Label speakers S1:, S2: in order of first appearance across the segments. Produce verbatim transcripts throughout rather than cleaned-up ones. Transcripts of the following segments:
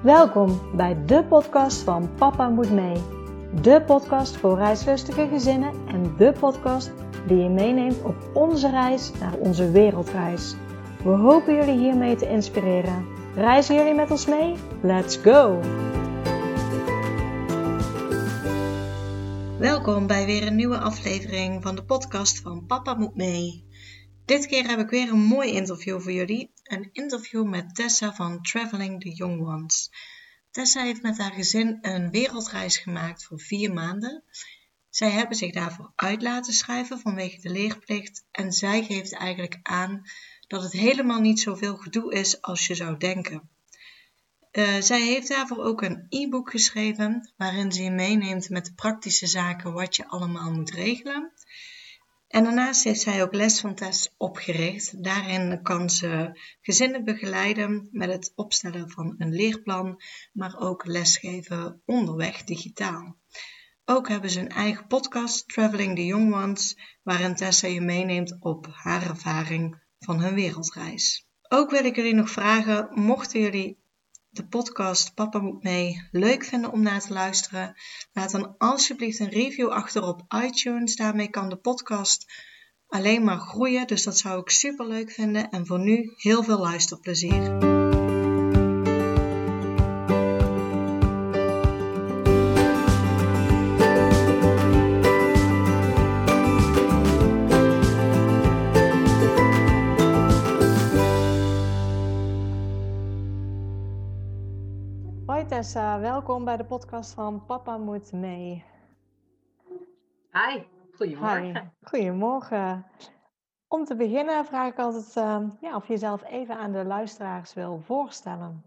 S1: Welkom bij de podcast van Papa Moet Mee. De podcast voor reislustige gezinnen en de podcast die je meeneemt op onze reis naar onze wereldreis. We hopen jullie hiermee te inspireren. Reizen jullie met ons mee? Let's go! Welkom bij weer een nieuwe aflevering van de podcast van Papa Moet Mee. Dit keer heb ik weer een mooi interview voor jullie. Een interview met Tessa van Traveling the Young Ones. Tessa heeft met haar gezin een wereldreis gemaakt voor vier maanden. Zij hebben zich daarvoor uit laten schrijven vanwege de leerplicht. En zij geeft eigenlijk aan dat het helemaal niet zoveel gedoe is als je zou denken. Uh, zij heeft daarvoor ook een e-book geschreven waarin ze je meeneemt met de praktische zaken wat je allemaal moet regelen. En daarnaast heeft zij ook Les van Tess opgericht. Daarin kan ze gezinnen begeleiden met het opstellen van een leerplan, maar ook lesgeven onderweg digitaal. Ook hebben ze een eigen podcast, Traveling the Young Ones, waarin Tessa je meeneemt op haar ervaring van hun wereldreis. Ook wil ik jullie nog vragen, mochten jullie de podcast Papa Moet Mee leuk vinden om naar te luisteren, laat dan alsjeblieft een review achter op iTunes. Daarmee kan de podcast alleen maar groeien, dus dat zou ik super leuk vinden. En voor nu heel veel luisterplezier. Hoi Tessa, welkom bij de podcast van Papa Moet Mee.
S2: Hi, goedemorgen.
S1: Hi, goedemorgen. Om te beginnen vraag ik altijd uh, ja, of je jezelf even aan de luisteraars wil voorstellen.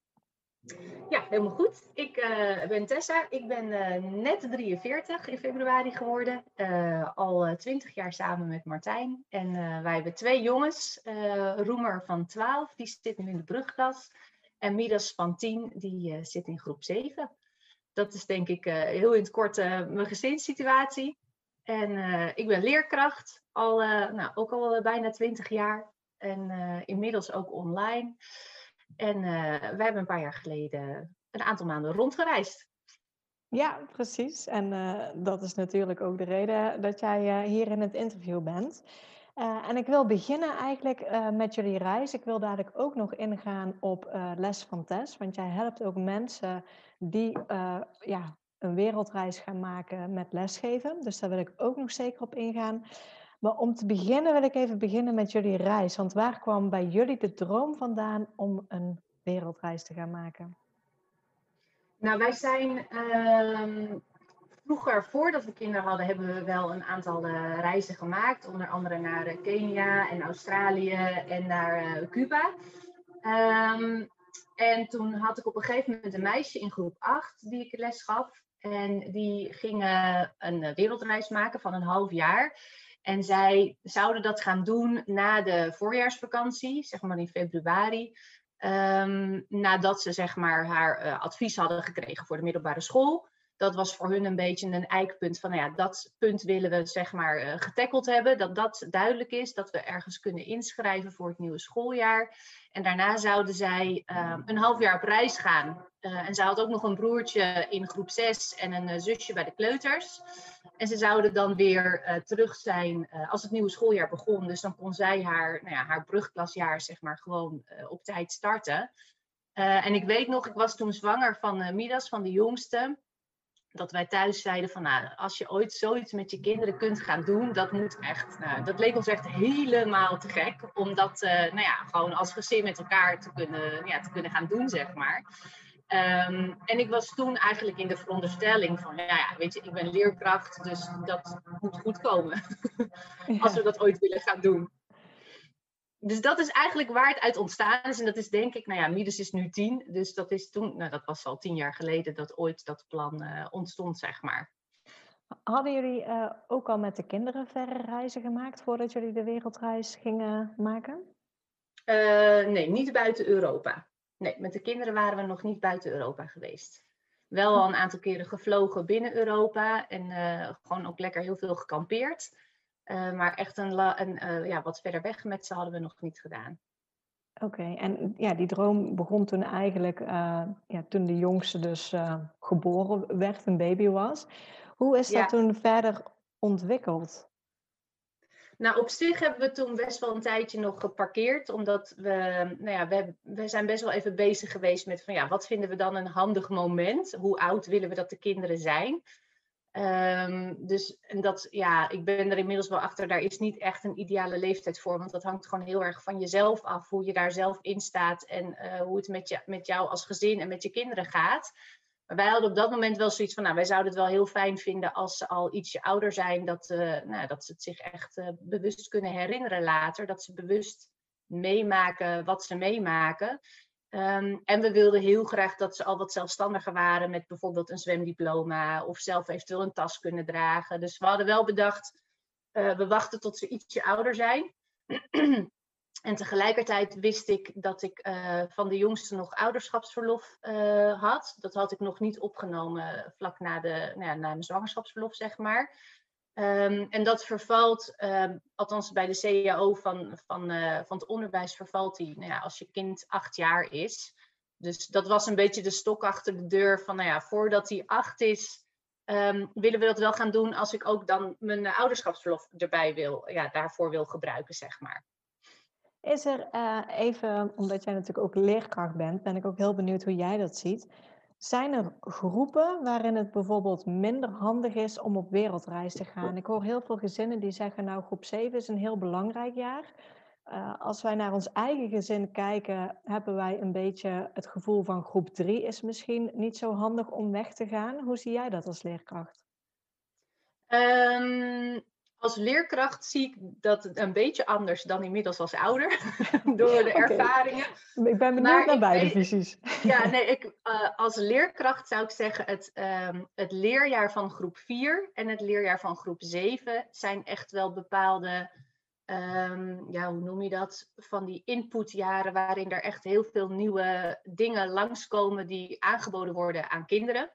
S2: Ja, helemaal goed. Ik uh, ben Tessa. Ik ben uh, net drieënveertig in februari geworden. Uh, al twintig jaar samen met Martijn. En uh, wij hebben twee jongens. Uh, Roemer van twaalf, die zit nu in de brugklas. En Midas van tien, die uh, zit in groep zeven. Dat is denk ik uh, heel in het kort uh, mijn gezinssituatie. En uh, ik ben leerkracht, al, uh, nou, ook al uh, bijna twintig jaar. En uh, inmiddels ook online. En uh, wij hebben een paar jaar geleden een aantal maanden rondgereisd.
S1: Ja, precies. En uh, dat is natuurlijk ook de reden dat jij uh, hier in het interview bent. Uh, en ik wil beginnen eigenlijk uh, met jullie reis. Ik wil dadelijk ook nog ingaan op uh, Les van Tess. Want jij helpt ook mensen die uh, ja, een wereldreis gaan maken met lesgeven. Dus daar wil ik ook nog zeker op ingaan. Maar om te beginnen wil ik even beginnen met jullie reis. Want waar kwam bij jullie de droom vandaan om een wereldreis te gaan maken?
S2: Nou, wij zijn uh, vroeger, voordat we kinderen hadden, hebben we wel een aantal uh, reizen gemaakt. Onder andere naar uh, Kenia en Australië en naar uh, Cuba. Um, en toen had ik op een gegeven moment een meisje in groep acht die ik les gaf. En die ging uh, een wereldreis maken van een half jaar. En zij zouden dat gaan doen na de voorjaarsvakantie, zeg maar in februari. Um, nadat ze zeg maar haar uh, advies hadden gekregen voor de middelbare school. Dat was voor hun een beetje een eikpunt van, nou ja, dat punt willen we zeg maar uh, getackeld hebben. Dat dat duidelijk is, dat we ergens kunnen inschrijven voor het nieuwe schooljaar. En daarna zouden zij uh, een half jaar op reis gaan. Uh, en ze had ook nog een broertje in groep zes en een uh, zusje bij de kleuters. En ze zouden dan weer uh, terug zijn uh, als het nieuwe schooljaar begon. Dus dan kon zij haar, nou ja, haar brugklasjaar zeg maar gewoon uh, op tijd starten. Uh, en ik weet nog, ik was toen zwanger van uh, Midas, van de jongste. Dat wij thuis zeiden van, nou, als je ooit zoiets met je kinderen kunt gaan doen, dat moet echt, nou, dat leek ons echt helemaal te gek. Om dat, uh, nou ja, gewoon als gezin met elkaar te kunnen, ja, te kunnen gaan doen, zeg maar. Um, en ik was toen eigenlijk in de veronderstelling van, ja, ja, weet je, ik ben leerkracht, dus dat moet goed komen. Ja. Als we dat ooit willen gaan doen. Dus dat is eigenlijk waar het uit ontstaan is. En dat is denk ik, nou ja, Midas is nu tien. Dus dat is toen, nou dat was al tien jaar geleden dat ooit dat plan uh, ontstond, zeg maar.
S1: Hadden jullie uh, ook al met de kinderen verre reizen gemaakt voordat jullie de wereldreis gingen maken?
S2: Uh, nee, niet buiten Europa. Nee, met de kinderen waren we nog niet buiten Europa geweest. Wel al een aantal keren gevlogen binnen Europa en uh, gewoon ook lekker heel veel gekampeerd. Uh, maar echt een, la- een uh, ja, wat verder weg met ze hadden we nog niet gedaan.
S3: Oké, okay. En ja, die droom begon toen eigenlijk, uh, ja, toen de jongste dus uh, geboren werd, een baby was. Hoe is dat
S2: Ja.
S3: toen verder ontwikkeld?
S2: Nou, op zich hebben we toen best wel een tijdje nog geparkeerd, omdat we, nou ja, we, we zijn best wel even bezig geweest met van ja, wat vinden we dan een handig moment? Hoe oud willen we dat de kinderen zijn? Um, dus en dat, ja, ik ben er inmiddels wel achter, daar is niet echt een ideale leeftijd voor, want dat hangt gewoon heel erg van jezelf af, hoe je daar zelf in staat en uh, hoe het met, je, met jou als gezin en met je kinderen gaat. Maar wij hadden op dat moment wel zoiets van, nou, wij zouden het wel heel fijn vinden als ze al ietsje ouder zijn, dat, uh, nou, dat ze het zich echt uh, bewust kunnen herinneren later, dat ze bewust meemaken wat ze meemaken. Um, en we wilden heel graag dat ze al wat zelfstandiger waren met bijvoorbeeld een zwemdiploma of zelf eventueel een tas kunnen dragen. Dus we hadden wel bedacht, uh, we wachten tot ze ietsje ouder zijn. En tegelijkertijd wist ik dat ik uh, van de jongste nog ouderschapsverlof uh, had. Dat had ik nog niet opgenomen vlak na, de, nou ja, na mijn zwangerschapsverlof, zeg maar. Um, en dat vervalt, uh, althans bij de C A O van, van, uh, van het onderwijs vervalt die nou ja, als je kind acht jaar is. Dus dat was een beetje de stok achter de deur van, nou ja, voordat hij acht is, um, willen we dat wel gaan doen als ik ook dan mijn uh, ouderschapsverlof erbij wil, ja, daarvoor wil gebruiken, zeg maar.
S3: Is er uh, even, omdat jij natuurlijk ook leerkracht bent, ben ik ook heel benieuwd hoe jij dat ziet. Zijn er groepen waarin het bijvoorbeeld minder handig is om op wereldreis te gaan? Ik hoor heel veel gezinnen die zeggen, nou, groep zeven is een heel belangrijk jaar. Uh, als wij naar ons eigen gezin kijken, hebben wij een beetje het gevoel van groep drie is misschien niet zo handig om weg te gaan. Hoe zie jij dat als leerkracht?
S2: Um, als leerkracht zie ik dat een beetje anders dan inmiddels als ouder, door de okay. ervaringen.
S3: Ik ben benieuwd naar beide visies.
S2: Ja, nee, ik, uh, als leerkracht zou ik zeggen, het, um, het leerjaar van groep vier en het leerjaar van groep zeven zijn echt wel bepaalde, um, ja, hoe noem je dat, van die inputjaren waarin er echt heel veel nieuwe dingen langskomen die aangeboden worden aan kinderen.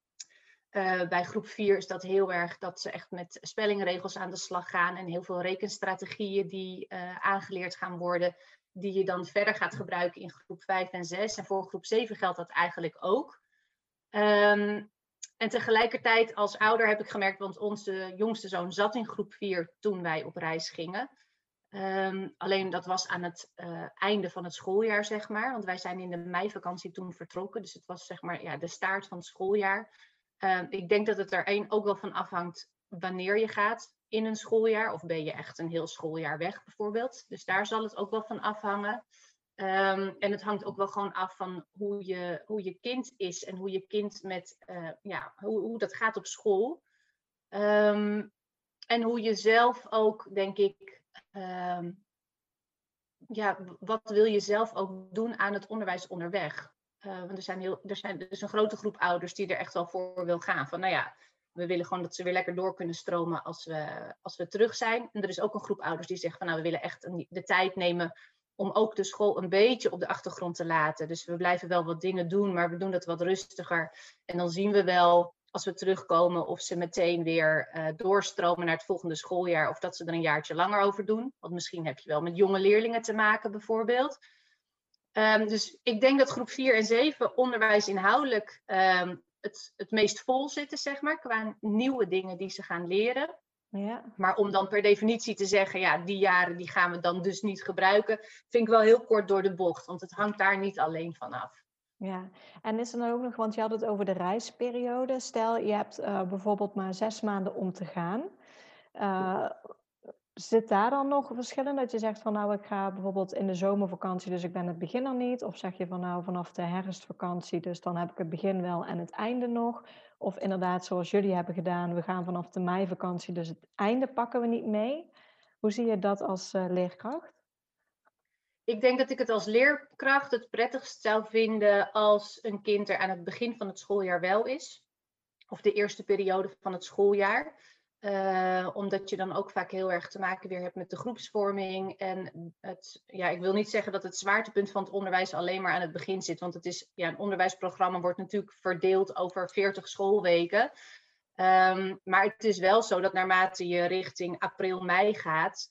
S2: Uh, bij groep vier is dat heel erg dat ze echt met spellingregels aan de slag gaan en heel veel rekenstrategieën die uh, aangeleerd gaan worden, die je dan verder gaat gebruiken in groep vijf en zes. En voor groep zeven geldt dat eigenlijk ook. Um, en tegelijkertijd als ouder heb ik gemerkt, want onze jongste zoon zat in groep vier toen wij op reis gingen. Um, alleen dat was aan het uh, einde van het schooljaar, zeg maar. Want wij zijn in de meivakantie toen vertrokken. Dus het was zeg maar ja, de staart van het schooljaar. Uh, ik denk dat het er één ook wel van afhangt wanneer je gaat in een schooljaar. Of ben je echt een heel schooljaar weg bijvoorbeeld. Dus daar zal het ook wel van afhangen. Um, en het hangt ook wel gewoon af van hoe je, hoe je kind is. En hoe je kind met, uh, ja, hoe, hoe dat gaat op school. Um, en hoe je zelf ook, denk ik, um, ja, wat wil je zelf ook doen aan het onderwijs onderweg? Uh, want er zijn, heel, er zijn dus een grote groep ouders die er echt wel voor wil gaan. Van nou ja, we willen gewoon dat ze weer lekker door kunnen stromen als we, als we terug zijn. En er is ook een groep ouders die zeggen van nou, we willen echt een, de tijd nemen om ook de school een beetje op de achtergrond te laten. Dus we blijven wel wat dingen doen, maar we doen dat wat rustiger. En dan zien we wel, als we terugkomen, of ze meteen weer uh, doorstromen naar het volgende schooljaar. Of dat ze er een jaartje langer over doen. Want misschien heb je wel met jonge leerlingen te maken bijvoorbeeld. Um, dus ik denk dat groep vier en zeven onderwijs inhoudelijk um, het, het meest vol zitten, zeg maar, qua nieuwe dingen die ze gaan leren. Ja. Maar om dan per definitie te zeggen, ja, die jaren die gaan we dan dus niet gebruiken, vind ik wel heel kort door de bocht, want het hangt daar niet alleen van af.
S3: Ja, en is er dan ook nog, want je had het over de reisperiode. Stel, je hebt uh, bijvoorbeeld maar zes maanden om te gaan. Uh, Zit daar dan nog verschillen dat je zegt van nou ik ga bijvoorbeeld in de zomervakantie, dus ik ben het begin er niet? Of zeg je van nou vanaf de herfstvakantie, dus dan heb ik het begin wel en het einde nog? Of inderdaad zoals jullie hebben gedaan, we gaan vanaf de meivakantie, dus het einde pakken we niet mee. Hoe zie je dat als uh, leerkracht?
S2: Ik denk dat ik het als leerkracht het prettigst zou vinden als een kind er aan het begin van het schooljaar wel is. Of de eerste periode van het schooljaar. Uh, omdat je dan ook vaak heel erg te maken weer hebt met de groepsvorming. En het, ja, ik wil niet zeggen dat het zwaartepunt van het onderwijs alleen maar aan het begin zit. Want het is, ja, een onderwijsprogramma wordt natuurlijk verdeeld over veertig schoolweken. Um, maar het is wel zo dat naarmate je richting april, mei gaat,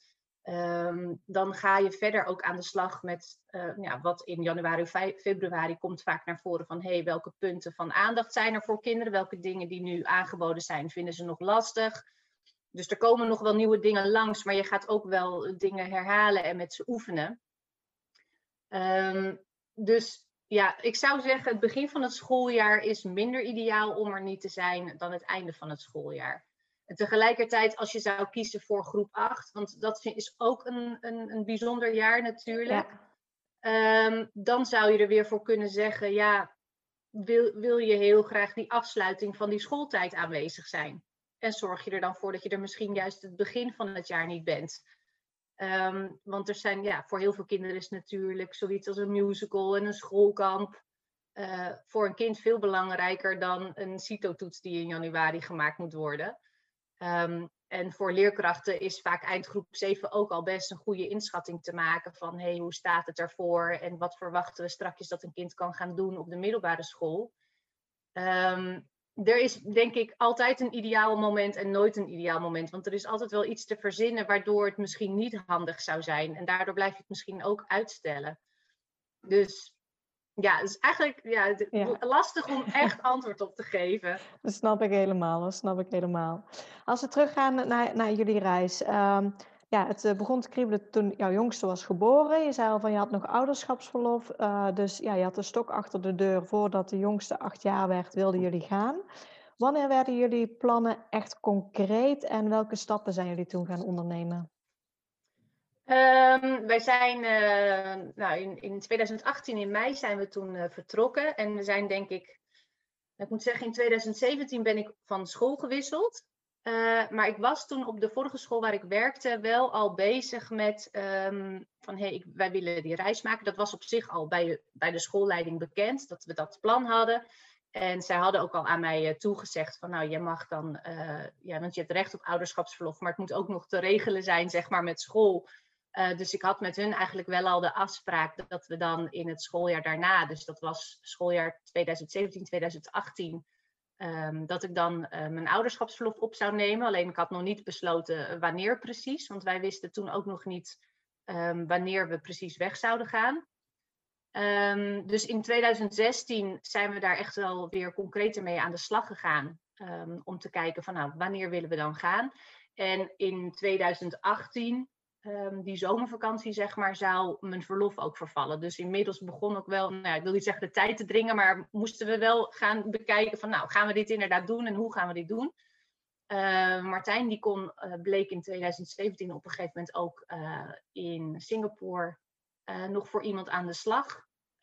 S2: Um, dan ga je verder ook aan de slag met uh, ja, wat in januari, februari komt vaak naar voren van hey, welke punten van aandacht zijn er voor kinderen? Welke dingen die nu aangeboden zijn, vinden ze nog lastig? Dus er komen nog wel nieuwe dingen langs, maar je gaat ook wel dingen herhalen en met ze oefenen. Um, dus ja, ik zou zeggen, het begin van het schooljaar is minder ideaal om er niet te zijn dan het einde van het schooljaar. En tegelijkertijd, als je zou kiezen voor groep acht, want dat is ook een, een, een bijzonder jaar natuurlijk. Ja. Um, dan zou je er weer voor kunnen zeggen, ja, wil, wil je heel graag die afsluiting van die schooltijd aanwezig zijn? En zorg je er dan voor dat je er misschien juist het begin van het jaar niet bent? Um, want er zijn, ja, voor heel veel kinderen is natuurlijk zoiets als een musical en een schoolkamp uh, voor een kind veel belangrijker dan een CITO-toets die in januari gemaakt moet worden. Um, en voor leerkrachten is vaak eindgroep zeven ook al best een goede inschatting te maken van hey, hoe staat het ervoor en wat verwachten we straks dat een kind kan gaan doen op de middelbare school. Um, er is denk ik altijd een ideaal moment en nooit een ideaal moment, want er is altijd wel iets te verzinnen waardoor het misschien niet handig zou zijn en daardoor blijf je het misschien ook uitstellen. Dus ja, het is eigenlijk ja, ja. lastig om echt antwoord op te geven.
S3: Dat snap ik helemaal, dat snap ik helemaal. Als we teruggaan naar, naar jullie reis. Um, ja, het begon te kriebelen toen jouw jongste was geboren. Je zei al van je had nog ouderschapsverlof. Uh, dus ja, je had de stok achter de deur. Voordat de jongste acht jaar werd, wilden jullie gaan. Wanneer werden jullie plannen echt concreet en welke stappen zijn jullie toen gaan ondernemen?
S2: Um, wij zijn uh, nou, in, in twintig achttien in mei zijn we toen uh, vertrokken. En we zijn denk ik, ik moet zeggen in twintig zeventien ben ik van school gewisseld. Uh, maar ik was toen op de vorige school waar ik werkte wel al bezig met um, van hey, ik, wij willen die reis maken. Dat was op zich al bij, bij de schoolleiding bekend, dat we dat plan hadden. En zij hadden ook al aan mij uh, toegezegd van nou, je mag dan, uh, ja, want je hebt recht op ouderschapsverlof, maar het moet ook nog te regelen zijn, zeg maar, met school. Uh, dus ik had met hun eigenlijk wel al de afspraak dat we dan in het schooljaar daarna, dus dat was schooljaar twintig zeventien twintig achttien, um, dat ik dan uh, mijn ouderschapsverlof op zou nemen. Alleen ik had nog niet besloten wanneer precies, want wij wisten toen ook nog niet um, wanneer we precies weg zouden gaan. Um, dus in twintig zestien zijn we daar echt wel weer concreter mee aan de slag gegaan. Um, om te kijken van nou, wanneer willen we dan gaan? En in twintig achttien, um, die zomervakantie zeg maar, zou mijn verlof ook vervallen. Dus inmiddels begon ook wel, nou, ik wil niet zeggen de tijd te dringen, maar moesten we wel gaan bekijken van nou, gaan we dit inderdaad doen en hoe gaan we dit doen? Uh, Martijn die kon, uh, bleek in twintig zeventien op een gegeven moment ook uh, in Singapore uh, nog voor iemand aan de slag.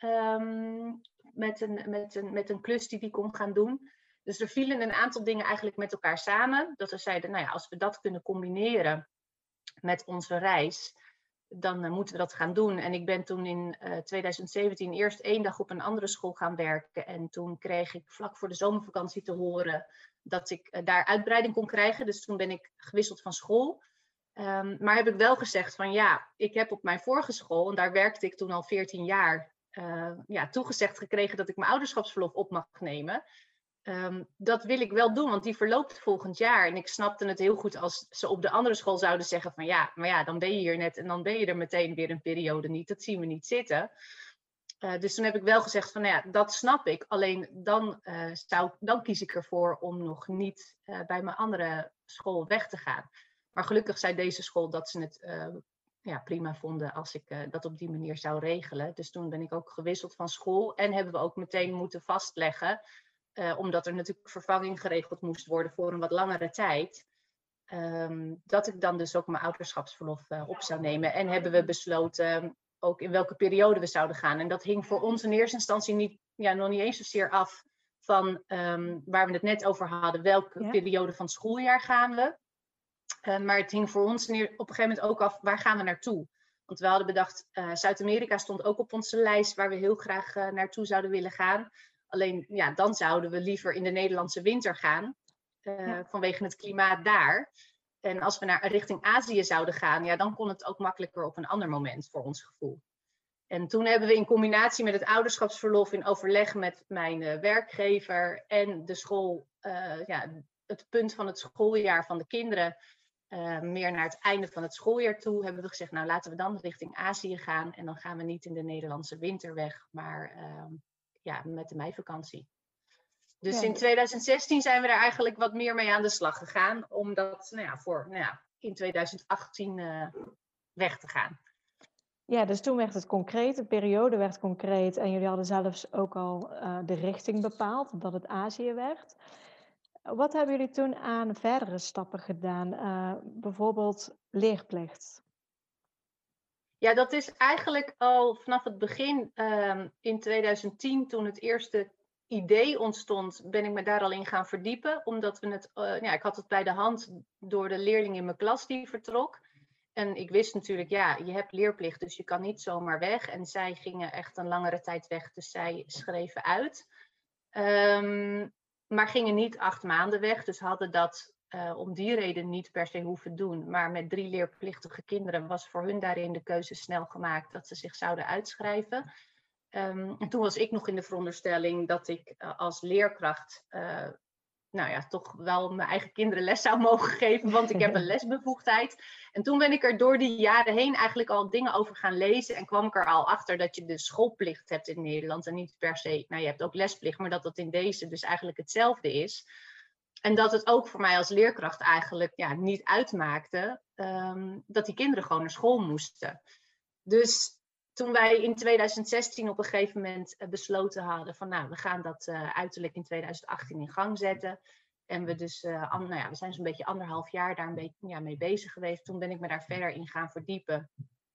S2: Um, met, een, met, een, met een klus die die kon gaan doen. Dus er vielen een aantal dingen eigenlijk met elkaar samen. Dat we zeiden, nou ja, als we dat kunnen combineren met onze reis, dan uh, moeten we dat gaan doen. En ik ben toen in uh, twintig zeventien eerst één dag op een andere school gaan werken. En toen kreeg ik vlak voor de zomervakantie te horen dat ik uh, daar uitbreiding kon krijgen. Dus toen ben ik gewisseld van school. Um, maar heb ik wel gezegd van ja, ik heb op mijn vorige school, en daar werkte ik toen al veertien jaar... Uh, ja, toegezegd gekregen dat ik mijn ouderschapsverlof op mag nemen. Um, dat wil ik wel doen, want die verloopt volgend jaar. En ik snapte het heel goed als ze op de andere school zouden zeggen van ja, maar ja, dan ben je hier net en dan ben je er meteen weer een periode niet. Dat zien we niet zitten. Uh, dus toen heb ik wel gezegd van nou ja, dat snap ik. Alleen dan, uh, zou, dan kies ik ervoor om nog niet uh, bij mijn andere school weg te gaan. Maar gelukkig zei deze school dat ze het uh, ja, prima vonden als ik uh, dat op die manier zou regelen. Dus toen ben ik ook gewisseld van school en hebben we ook meteen moeten vastleggen, uh, omdat er natuurlijk vervanging geregeld moest worden voor een wat langere tijd, um, dat ik dan dus ook mijn ouderschapsverlof uh, op zou nemen. En hebben we besloten uh, ook in welke periode we zouden gaan. En dat hing voor ons in eerste instantie niet, ja, nog niet eens zozeer af van um, waar we het net over hadden, welke ja. periode van het schooljaar gaan we. Uh, maar het hing voor ons op een gegeven moment ook af, waar gaan we naartoe? Want we hadden bedacht, uh, Zuid-Amerika stond ook op onze lijst waar we heel graag uh, naartoe zouden willen gaan. Alleen, ja, dan zouden we liever in de Nederlandse winter gaan, uh, ja. vanwege het klimaat daar. En als we naar richting Azië zouden gaan, ja, dan kon het ook makkelijker op een ander moment voor ons gevoel. En toen hebben we in combinatie met het ouderschapsverlof in overleg met mijn uh, werkgever en de school, uh, ja, het punt van het schooljaar van de kinderen, uh, meer naar het einde van het schooljaar toe hebben we gezegd, nou laten we dan richting Azië gaan. En dan gaan we niet in de Nederlandse winter weg, maar uh, ja, met de meivakantie. Dus
S3: Ja.
S2: in twintig zestien zijn we daar eigenlijk wat meer mee aan de slag gegaan. Om dat nou ja, voor nou ja, in twintig achttien uh, weg te gaan.
S3: Ja, dus toen werd het concreet, de periode werd concreet. En jullie hadden zelfs ook al uh, de richting bepaald, dat het Azië werd. Wat hebben jullie toen aan verdere stappen gedaan? Uh, bijvoorbeeld leerplicht.
S2: Ja, dat is eigenlijk al vanaf het begin um, in twintig tien, toen het eerste idee ontstond, ben ik me daar al in gaan verdiepen. Omdat we het, uh, ja, ik had het bij de hand door de leerling in mijn klas die vertrok. En ik wist natuurlijk, ja, je hebt leerplicht, dus je kan niet zomaar weg. En zij gingen echt een langere tijd weg, dus zij schreven uit. Um, maar gingen niet acht maanden weg, dus hadden dat uh, om die reden niet per se hoeven doen. Maar met drie leerplichtige kinderen was voor hun daarin de keuze snel gemaakt dat ze zich zouden uitschrijven. Um, en toen was ik nog in de veronderstelling dat ik uh, als leerkracht uh, nou ja, toch wel mijn eigen kinderen les zou mogen geven, want ik heb een lesbevoegdheid. En toen ben ik er door die jaren heen eigenlijk al dingen over gaan lezen en kwam ik er al achter dat je de schoolplicht hebt in Nederland en niet per se, nou je hebt ook lesplicht, maar dat dat in deze dus eigenlijk hetzelfde is. En dat het ook voor mij als leerkracht eigenlijk ja, niet uitmaakte um, dat die kinderen gewoon naar school moesten. Dus toen wij in twintig zestien op een gegeven moment besloten hadden van nou, we gaan dat uh, uiterlijk in twintig achttien in gang zetten. En we dus, uh, an, nou ja, we zijn zo'n beetje anderhalf jaar daar een beetje ja, mee bezig geweest. Toen ben ik me daar verder in gaan verdiepen.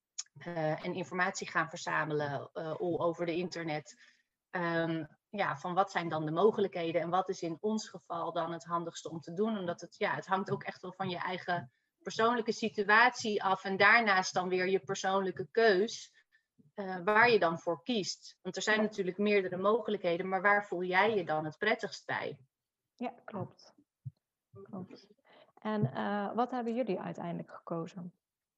S2: Uh, en informatie gaan verzamelen uh, all over de internet. Um, ja, van wat zijn dan de mogelijkheden en wat is in ons geval dan het handigste om te doen. Omdat het, ja, het hangt ook echt wel van je eigen persoonlijke situatie af. En daarnaast dan weer je persoonlijke keus. Uh, waar je dan voor kiest. Want er zijn natuurlijk meerdere mogelijkheden, maar waar voel jij je dan het prettigst bij?
S3: Ja, klopt. klopt. En uh, wat hebben jullie uiteindelijk gekozen?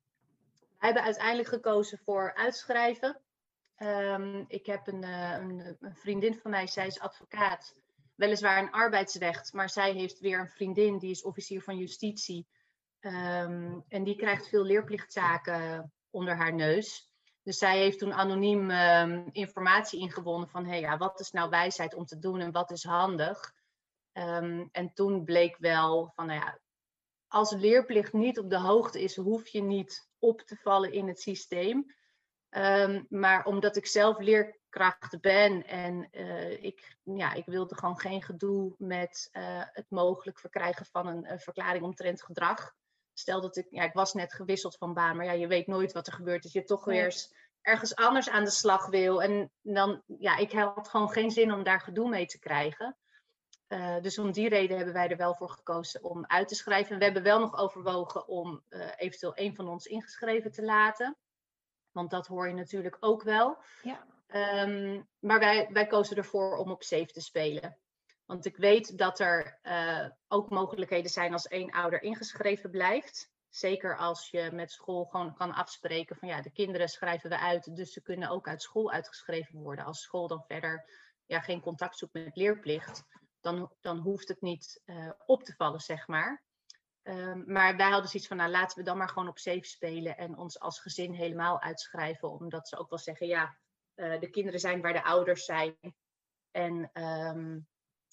S2: Wij hebben uiteindelijk gekozen voor uitschrijven. Um, ik heb een, uh, een, een vriendin van mij, zij is advocaat. Weliswaar in arbeidsrecht, maar zij heeft weer een vriendin, die is officier van justitie. Um, en die krijgt veel leerplichtzaken onder haar neus. Dus zij heeft toen anoniem um, informatie ingewonnen van hey, ja, wat is nou wijsheid om te doen en wat is handig. Um, en toen bleek wel van nou ja, als leerplicht niet op de hoogte is, hoef je niet op te vallen in het systeem. Um, maar omdat ik zelf leerkracht ben en uh, ik, ja, ik wilde gewoon geen gedoe met uh, het mogelijk verkrijgen van een, een verklaring omtrent gedrag. Stel dat ik, ja, ik was net gewisseld van baan, maar ja, je weet nooit wat er gebeurt. Dus je toch weer eens ergens anders aan de slag wil. En dan, ja, ik had gewoon geen zin om daar gedoe mee te krijgen. Uh, dus om die reden hebben wij er wel voor gekozen om uit te schrijven. En we hebben wel nog overwogen om uh, eventueel een van ons ingeschreven te laten. Want dat hoor je natuurlijk ook wel.
S3: Ja.
S2: Um, maar wij, wij kozen ervoor om op safe te spelen. Want ik weet dat er uh, ook mogelijkheden zijn als één ouder ingeschreven blijft. Zeker als je met school gewoon kan afspreken van ja, de kinderen schrijven we uit. Dus ze kunnen ook uit school uitgeschreven worden. Als school dan verder ja, geen contact zoekt met leerplicht. Dan, dan hoeft het niet uh, op te vallen, zeg maar. Um, maar wij hadden zoiets van, nou laten we dan maar gewoon op safe spelen en ons als gezin helemaal uitschrijven. Omdat ze ook wel zeggen, ja, uh, de kinderen zijn waar de ouders zijn. En um,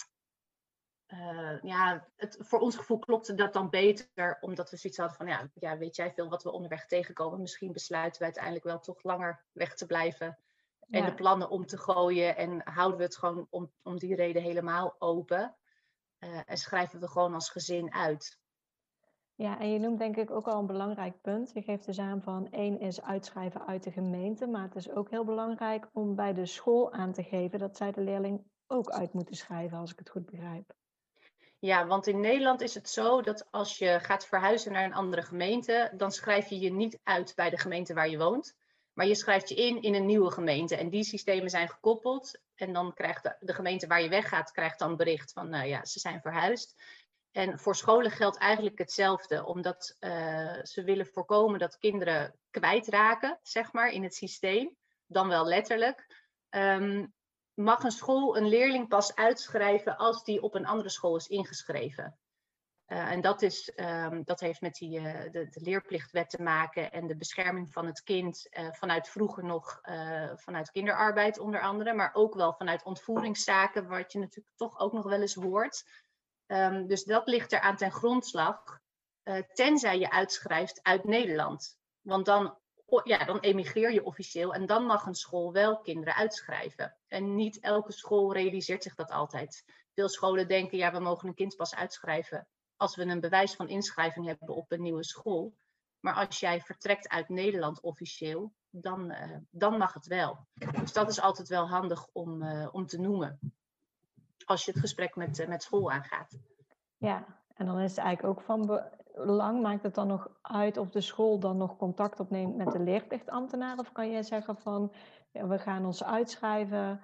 S2: uh, ja, het, voor ons gevoel klopte dat dan beter. Omdat we zoiets hadden van, ja, ja, weet jij veel wat we onderweg tegenkomen. Misschien besluiten we uiteindelijk wel toch langer weg te blijven. En ja. de plannen om te gooien. En houden we het gewoon om, om die reden helemaal open. Uh, en schrijven we gewoon als gezin uit.
S3: Ja, en je noemt denk ik ook al een belangrijk punt. Je geeft dus aan van één is uitschrijven uit de gemeente, maar het is ook heel belangrijk om bij de school aan te geven dat zij de leerling ook uit moeten schrijven, als ik het goed begrijp.
S2: Ja, want in Nederland is het zo dat als je gaat verhuizen naar een andere gemeente, dan schrijf je je niet uit bij de gemeente waar je woont, maar je schrijft je in in een nieuwe gemeente. En die systemen zijn gekoppeld en dan krijgt de, de gemeente waar je weggaat, krijgt dan bericht van, nou ja, ze zijn verhuisd. En voor scholen geldt eigenlijk hetzelfde, omdat uh, ze willen voorkomen dat kinderen kwijtraken, zeg maar, in het systeem, dan wel letterlijk. Um, mag een school een leerling pas uitschrijven als die op een andere school is ingeschreven. Uh, en dat, is, um, dat heeft met die, uh, de, de leerplichtwet te maken en de bescherming van het kind uh, vanuit vroeger nog, uh, vanuit kinderarbeid onder andere, maar ook wel vanuit ontvoeringszaken, wat je natuurlijk toch ook nog wel eens hoort. Um, dus dat ligt er aan ten grondslag, uh, tenzij je uitschrijft uit Nederland. Want dan, ja, dan emigreer je officieel en dan mag een school wel kinderen uitschrijven. En niet elke school realiseert zich dat altijd. Veel scholen denken, ja, we mogen een kind pas uitschrijven als we een bewijs van inschrijving hebben op een nieuwe school. Maar als jij vertrekt uit Nederland officieel, dan, uh, dan mag het wel. Dus dat is altijd wel handig om, uh, om te noemen. Als je het gesprek met, uh, met school aangaat.
S3: Ja, en dan is het eigenlijk ook van belang, maakt het dan nog uit of de school dan nog contact opneemt met de leerplichtambtenaar? Of kan jij zeggen van, ja, we gaan ons uitschrijven,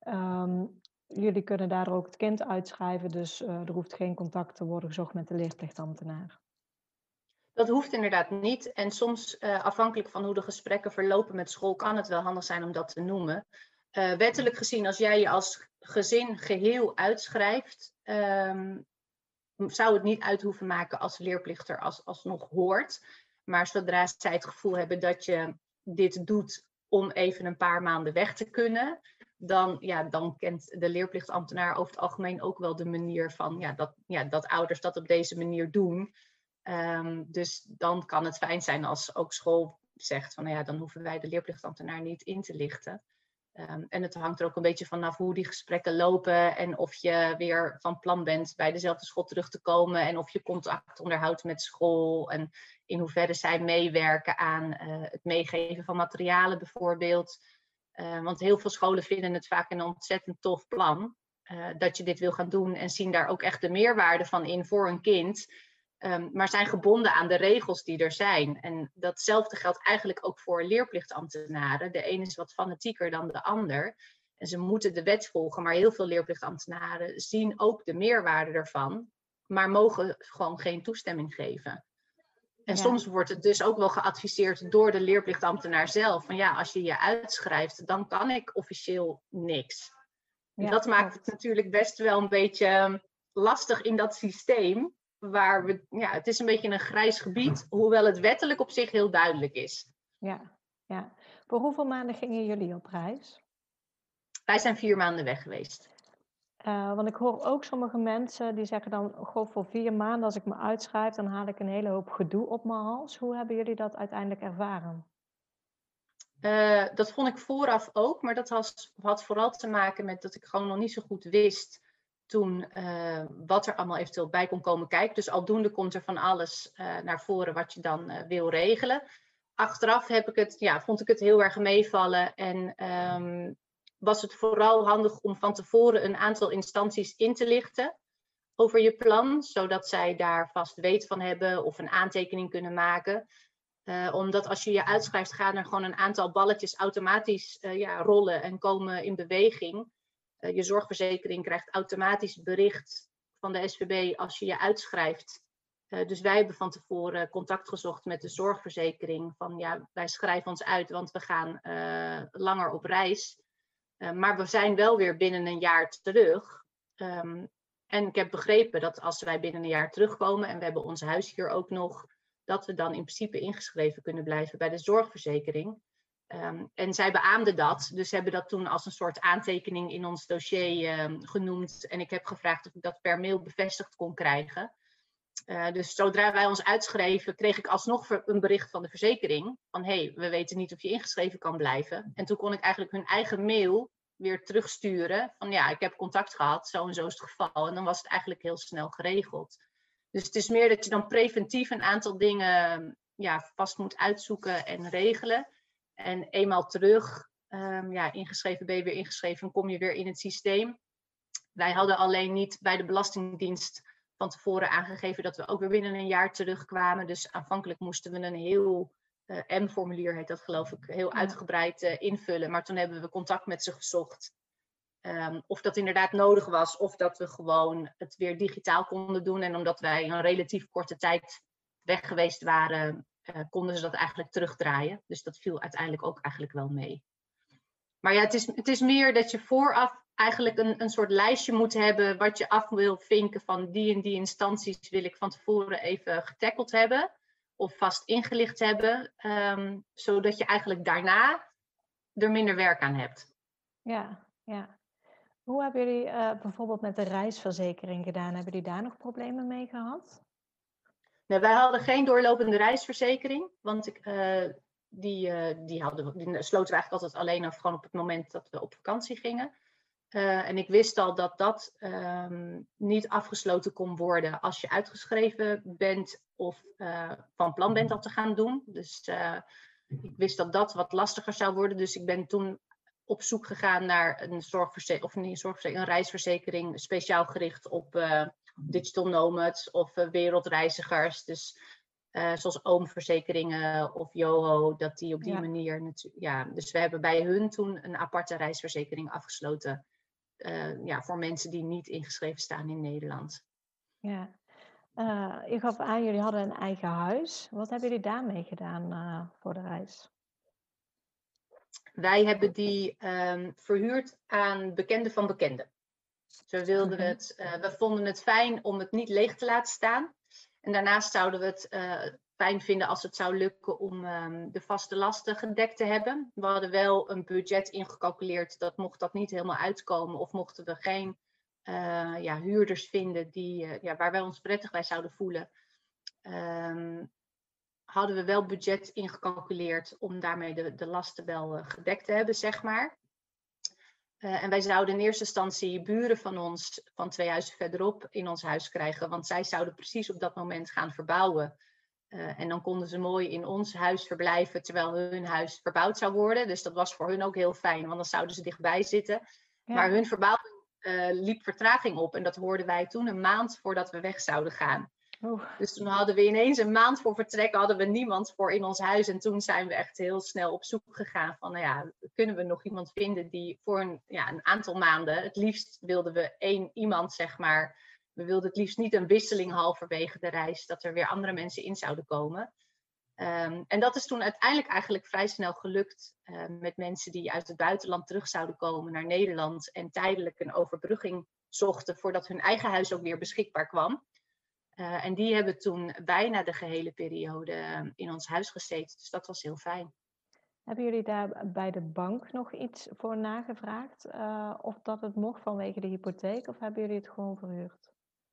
S3: um, jullie kunnen daar ook het kind uitschrijven, dus uh, er hoeft geen contact te worden gezocht met de leerplichtambtenaar?
S2: Dat hoeft inderdaad niet. En soms, uh, afhankelijk van hoe de gesprekken verlopen met school, kan het wel handig zijn om dat te noemen. Uh, wettelijk gezien, als jij je als gezin geheel uitschrijft, um, zou het niet uit hoeven maken als leerplichter als, alsnog hoort. Maar zodra zij het gevoel hebben dat je dit doet om even een paar maanden weg te kunnen, dan, ja, dan kent de leerplichtambtenaar over het algemeen ook wel de manier van ja, dat, ja, dat ouders dat op deze manier doen. Um, dus dan kan het fijn zijn als ook school zegt van nou ja, dan hoeven wij de leerplichtambtenaar niet in te lichten. Um, en het hangt er ook een beetje vanaf hoe die gesprekken lopen en of je weer van plan bent bij dezelfde school terug te komen en of je contact onderhoudt met school en in hoeverre zij meewerken aan uh, het meegeven van materialen bijvoorbeeld. Uh, want heel veel scholen vinden het vaak een ontzettend tof plan uh, dat je dit wil gaan doen en zien daar ook echt de meerwaarde van in voor een kind. Um, maar zijn gebonden aan de regels die er zijn. En datzelfde geldt eigenlijk ook voor leerplichtambtenaren. De een is wat fanatieker dan de ander. En ze moeten de wet volgen, maar heel veel leerplichtambtenaren zien ook de meerwaarde ervan, maar mogen gewoon geen toestemming geven. En ja. Soms wordt het dus ook wel geadviseerd door de leerplichtambtenaar zelf. Van ja, als je je uitschrijft, dan kan ik officieel niks. Ja, dat maakt het natuurlijk best wel een beetje lastig in dat systeem. Waar we, ja, het is een beetje een grijs gebied, hoewel het wettelijk op zich heel duidelijk is.
S3: Ja, ja. Voor hoeveel maanden gingen jullie op reis?
S2: Wij zijn vier maanden weg geweest.
S3: Uh, want ik hoor ook sommige mensen die zeggen dan, goh, voor vier maanden als ik me uitschrijf, dan haal ik een hele hoop gedoe op mijn hals. Hoe hebben jullie dat uiteindelijk ervaren?
S2: Uh, dat vond ik vooraf ook, maar dat had, had vooral te maken met dat ik gewoon nog niet zo goed wist toen uh, wat er allemaal eventueel bij kon komen kijken. Dus aldoende komt er van alles uh, naar voren wat je dan uh, wil regelen. Achteraf heb ik het, ja, vond ik het heel erg meevallen en um, was het vooral handig om van tevoren een aantal instanties in te lichten over je plan, zodat zij daar vast weet van hebben of een aantekening kunnen maken. Uh, omdat als je je uitschrijft, gaan er gewoon een aantal balletjes automatisch uh, ja, rollen en komen in beweging. Uh, je zorgverzekering krijgt automatisch bericht van de S V B als je je uitschrijft. Uh, dus wij hebben van tevoren contact gezocht met de zorgverzekering. Van ja, wij schrijven ons uit, want we gaan uh, langer op reis. Uh, maar we zijn wel weer binnen een jaar terug. Um, en ik heb begrepen dat als wij binnen een jaar terugkomen en we hebben ons huis hier ook nog, dat we dan in principe ingeschreven kunnen blijven bij de zorgverzekering. Um, en zij beaamden dat, dus hebben dat toen als een soort aantekening in ons dossier um, genoemd. En ik heb gevraagd of ik dat per mail bevestigd kon krijgen. Uh, dus zodra wij ons uitschreven, kreeg ik alsnog een bericht van de verzekering. Van hé, hey, we weten niet of je ingeschreven kan blijven. En toen kon ik eigenlijk hun eigen mail weer terugsturen. Van ja, ik heb contact gehad, zo en zo is het geval. En dan was het eigenlijk heel snel geregeld. Dus het is meer dat je dan preventief een aantal dingen ja, vast moet uitzoeken en regelen. En eenmaal terug, um, ja, ingeschreven ben je weer ingeschreven, kom je weer in het systeem. Wij hadden alleen niet bij de Belastingdienst van tevoren aangegeven dat we ook weer binnen een jaar terugkwamen. Dus aanvankelijk moesten we een heel uh, M-formulier, heet dat geloof ik, heel uitgebreid uh, invullen. Maar toen hebben we contact met ze gezocht. Um, of dat inderdaad nodig was, of dat we gewoon het weer digitaal konden doen. En omdat wij een relatief korte tijd weg geweest waren, uh, konden ze dat eigenlijk terugdraaien. Dus dat viel uiteindelijk ook eigenlijk wel mee. Maar ja, het is, het is meer dat je vooraf eigenlijk een, een soort lijstje moet hebben wat je af wil vinken van die en die instanties wil ik van tevoren even getackeld hebben of vast ingelicht hebben, um, zodat je eigenlijk daarna er minder werk aan hebt.
S3: Ja, ja. Hoe hebben jullie uh, bijvoorbeeld met de reisverzekering gedaan? Hebben jullie daar nog problemen mee gehad?
S2: Nee, wij hadden geen doorlopende reisverzekering, want ik, uh, die, uh, die, hadden, die sloten we eigenlijk altijd alleen af gewoon op het moment dat we op vakantie gingen. Uh, en ik wist al dat dat um, niet afgesloten kon worden als je uitgeschreven bent of uh, van plan bent dat te gaan doen. Dus uh, ik wist dat dat wat lastiger zou worden. Dus ik ben toen op zoek gegaan naar een zorgverzekering, of niet een zorgverzekering, een reisverzekering speciaal gericht op uh, digital nomads of uh, wereldreizigers. Dus uh, zoals oomverzekeringen of Yoho, dat die op die ja. manier natuurlijk. Ja, dus we hebben bij hun toen een aparte reisverzekering afgesloten. Uh, ja, voor mensen die niet ingeschreven staan in Nederland.
S3: Ja, uh, je gaf aan, jullie hadden een eigen huis. Wat hebben jullie daarmee gedaan uh, voor de reis?
S2: Wij hebben die um, verhuurd aan bekenden van bekenden. Dus we, wilden okay. het, uh, we vonden het fijn om het niet leeg te laten staan. En daarnaast zouden we het uh, fijn vinden als het zou lukken om um, de vaste lasten gedekt te hebben. We hadden wel een budget ingecalculeerd dat mocht dat niet helemaal uitkomen of mochten we geen uh, ja, huurders vinden die, uh, ja, waar wij ons prettig bij zouden voelen, um, hadden we wel budget ingecalculeerd om daarmee de, de lasten wel uh, gedekt te hebben, zeg maar. Uh, en wij zouden in eerste instantie buren van ons, van twee huizen verderop, in ons huis krijgen. Want zij zouden precies op dat moment gaan verbouwen. Uh, en dan konden ze mooi in ons huis verblijven, terwijl hun huis verbouwd zou worden. Dus dat was voor hun ook heel fijn, want dan zouden ze dichtbij zitten. Ja. Maar hun verbouwing uh, liep vertraging op. En dat hoorden wij toen een maand voordat we weg zouden gaan. Oeh. Dus toen hadden we ineens een maand voor vertrekken, hadden we niemand voor in ons huis. En toen zijn we echt heel snel op zoek gegaan van, nou ja, kunnen we nog iemand vinden die voor een, ja, een aantal maanden, het liefst wilden we één iemand, zeg maar. We wilden het liefst niet een wisseling halverwege de reis, dat er weer andere mensen in zouden komen. Um, en dat is toen uiteindelijk eigenlijk vrij snel gelukt uh, met mensen die uit het buitenland terug zouden komen naar Nederland en tijdelijk een overbrugging zochten voordat hun eigen huis ook weer beschikbaar kwam. Uh, en die hebben toen bijna de gehele periode in ons huis gezeten. Dus dat was heel fijn.
S3: Hebben jullie daar bij de bank nog iets voor nagevraagd? Uh, of dat het mocht vanwege de hypotheek? Of hebben jullie het gewoon verhuurd?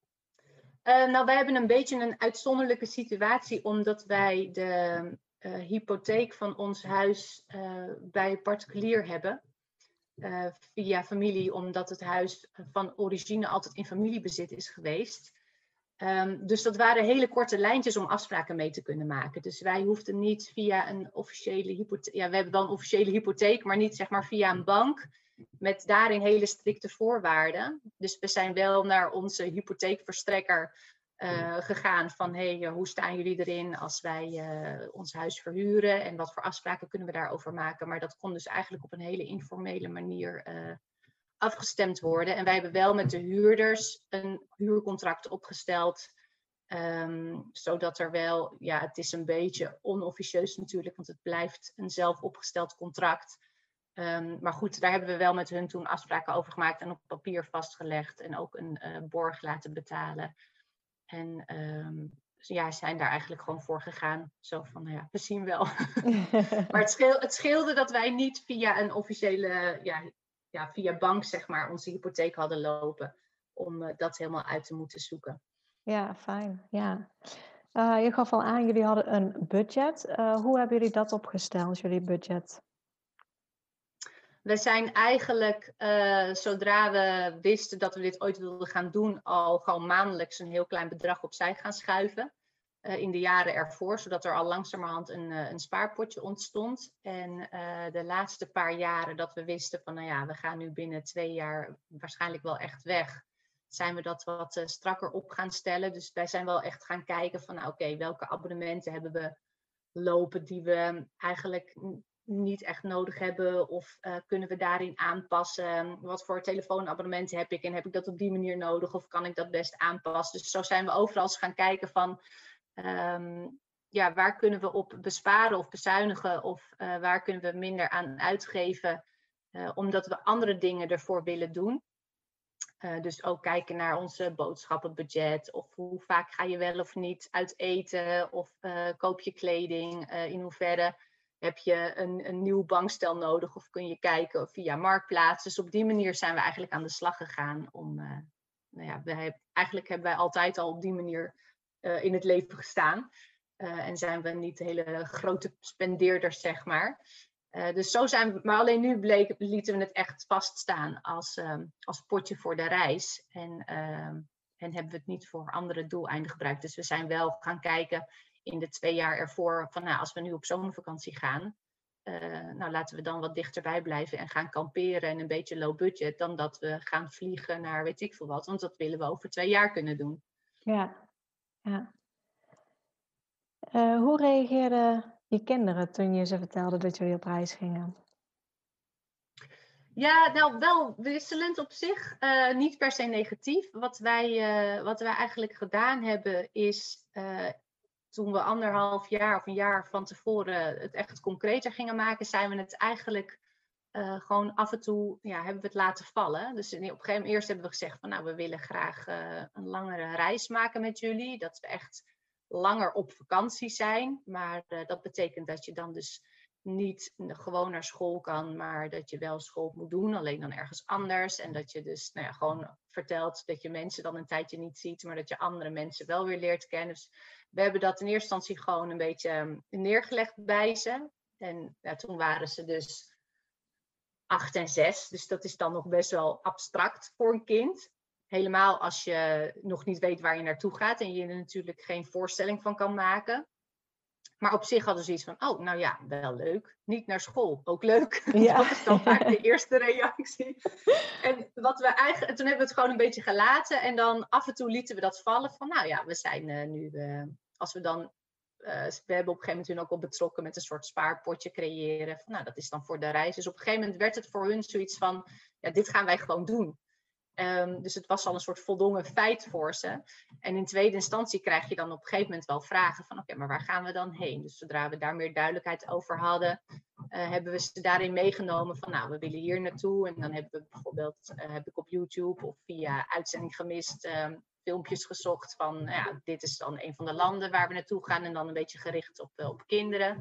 S2: Uh, nou, wij hebben een beetje een uitzonderlijke situatie. Omdat wij de uh, hypotheek van ons huis uh, bij particulier hebben. Uh, via familie, omdat het huis van origine altijd in familiebezit is geweest. Um, dus dat waren hele korte lijntjes om afspraken mee te kunnen maken. Dus wij hoefden niet via een officiële hypotheek. Ja, we hebben wel een officiële hypotheek, maar niet zeg maar via een bank. Met daarin hele strikte voorwaarden. Dus we zijn wel naar onze hypotheekverstrekker uh, gegaan. Van hé, hey, hoe staan jullie erin als wij uh, ons huis verhuren? En wat voor afspraken kunnen we daarover maken? Maar dat kon dus eigenlijk op een hele informele manier Uh, afgestemd worden. En wij hebben wel met de huurders een huurcontract opgesteld. Um, zodat er wel, ja, het is een beetje onofficieus natuurlijk, want het blijft een zelf opgesteld contract. Um, maar goed, daar hebben we wel met hun toen afspraken over gemaakt en op papier vastgelegd en ook een uh, borg laten betalen. En um, ja, zijn daar eigenlijk gewoon voor gegaan. Zo van, nou ja, we zien wel. Maar het, scheel, het scheelde dat wij niet via een officiële, ja, ja, via bank zeg maar, onze hypotheek hadden lopen. Om uh, dat helemaal uit te moeten zoeken.
S3: Ja, fijn. Ja. Uh, je gaf al aan, jullie hadden een budget. Uh, hoe hebben jullie dat opgesteld, jullie budget?
S2: We zijn eigenlijk, uh, zodra we wisten dat we dit ooit wilden gaan doen, al gewoon maandelijks een heel klein bedrag opzij gaan schuiven. Uh, in de jaren ervoor, zodat er al langzamerhand een, uh, een spaarpotje ontstond. En uh, de laatste paar jaren dat we wisten van, nou ja, we gaan nu binnen twee jaar waarschijnlijk wel echt weg, zijn we dat wat uh, strakker op gaan stellen. Dus wij zijn wel echt gaan kijken van, nou, oké, okay, welke abonnementen hebben we lopen die we eigenlijk niet echt nodig hebben, of uh, kunnen we daarin aanpassen? Wat voor telefoonabonnement heb ik en heb ik dat op die manier nodig, of kan ik dat best aanpassen? Dus zo zijn we overal eens gaan kijken van, um, ja, waar kunnen we op besparen of bezuinigen, of uh, waar kunnen we minder aan uitgeven? Uh, omdat we andere dingen ervoor willen doen. Uh, dus ook kijken naar onze boodschappenbudget. Of hoe vaak ga je wel of niet uit eten. Of uh, koop je kleding. Uh, in hoeverre heb je een, een nieuw bankstel nodig. Of kun je kijken via Marktplaats. Dus op die manier zijn we eigenlijk aan de slag gegaan. Om, uh, nou ja, wij, eigenlijk hebben wij altijd al op die manier uh, in het leven gestaan. Uh, en zijn we niet hele grote spendeerders, zeg maar. Uh, dus zo zijn we, maar alleen nu bleek, lieten we het echt vaststaan als, um, als potje voor de reis. En, um, en hebben we het niet voor andere doeleinden gebruikt. Dus we zijn wel gaan kijken in de twee jaar ervoor van nou, als we nu op zomervakantie gaan. Uh, nou, laten we dan wat dichterbij blijven en gaan kamperen en een beetje low budget. Dan dat we gaan vliegen naar weet ik veel wat. Want dat willen we over twee jaar kunnen doen.
S3: Ja, ja. Uh, hoe reageerden je kinderen toen je ze vertelde dat jullie op reis gingen?
S2: Ja, nou wel wisselend op zich. Uh, niet per se negatief. Wat wij, uh, wat wij eigenlijk gedaan hebben is... Uh, toen we anderhalf jaar of een jaar van tevoren het echt concreter gingen maken... zijn we het eigenlijk uh, gewoon af en toe... Ja, hebben we het laten vallen. Dus op een gegeven moment eerst hebben we gezegd van... nou, we willen graag uh, een langere reis maken met jullie. Dat we echt... langer op vakantie zijn, maar uh, dat betekent dat je dan dus niet gewoon naar school kan, maar dat je wel school moet doen, alleen dan ergens anders. En dat je dus nou ja, gewoon vertelt dat je mensen dan een tijdje niet ziet, maar dat je andere mensen wel weer leert kennen. Dus we hebben dat in eerste instantie gewoon een beetje neergelegd bij ze. En ja, toen waren ze dus acht en zes, dus dat is dan nog best wel abstract voor een kind. Helemaal als je nog niet weet waar je naartoe gaat en je er natuurlijk geen voorstelling van kan maken. Maar op zich hadden ze iets van, oh, nou ja, wel leuk. Niet naar school, ook leuk. Ja. Dat is dan vaak de eerste reactie. En wat we eigenlijk, toen hebben we het gewoon een beetje gelaten. En dan af en toe lieten we dat vallen van, nou ja, we zijn uh, nu, uh, als we dan, uh, we hebben op een gegeven moment hun ook al betrokken met een soort spaarpotje creëren. Van, nou, dat is dan voor de reis. Dus op een gegeven moment werd het voor hun zoiets van, ja, dit gaan wij gewoon doen. Um, dus het was al een soort voldongen feit voor ze. En in tweede instantie krijg je dan op een gegeven moment wel vragen van oké, okay, maar waar gaan we dan heen? Dus zodra we daar meer duidelijkheid over hadden, uh, hebben we ze daarin meegenomen van nou, we willen hier naartoe. En dan hebben we bijvoorbeeld, uh, heb ik op YouTube of via Uitzending Gemist um, filmpjes gezocht van nou ja, dit is dan een van de landen waar we naartoe gaan. En dan een beetje gericht op, uh, op kinderen.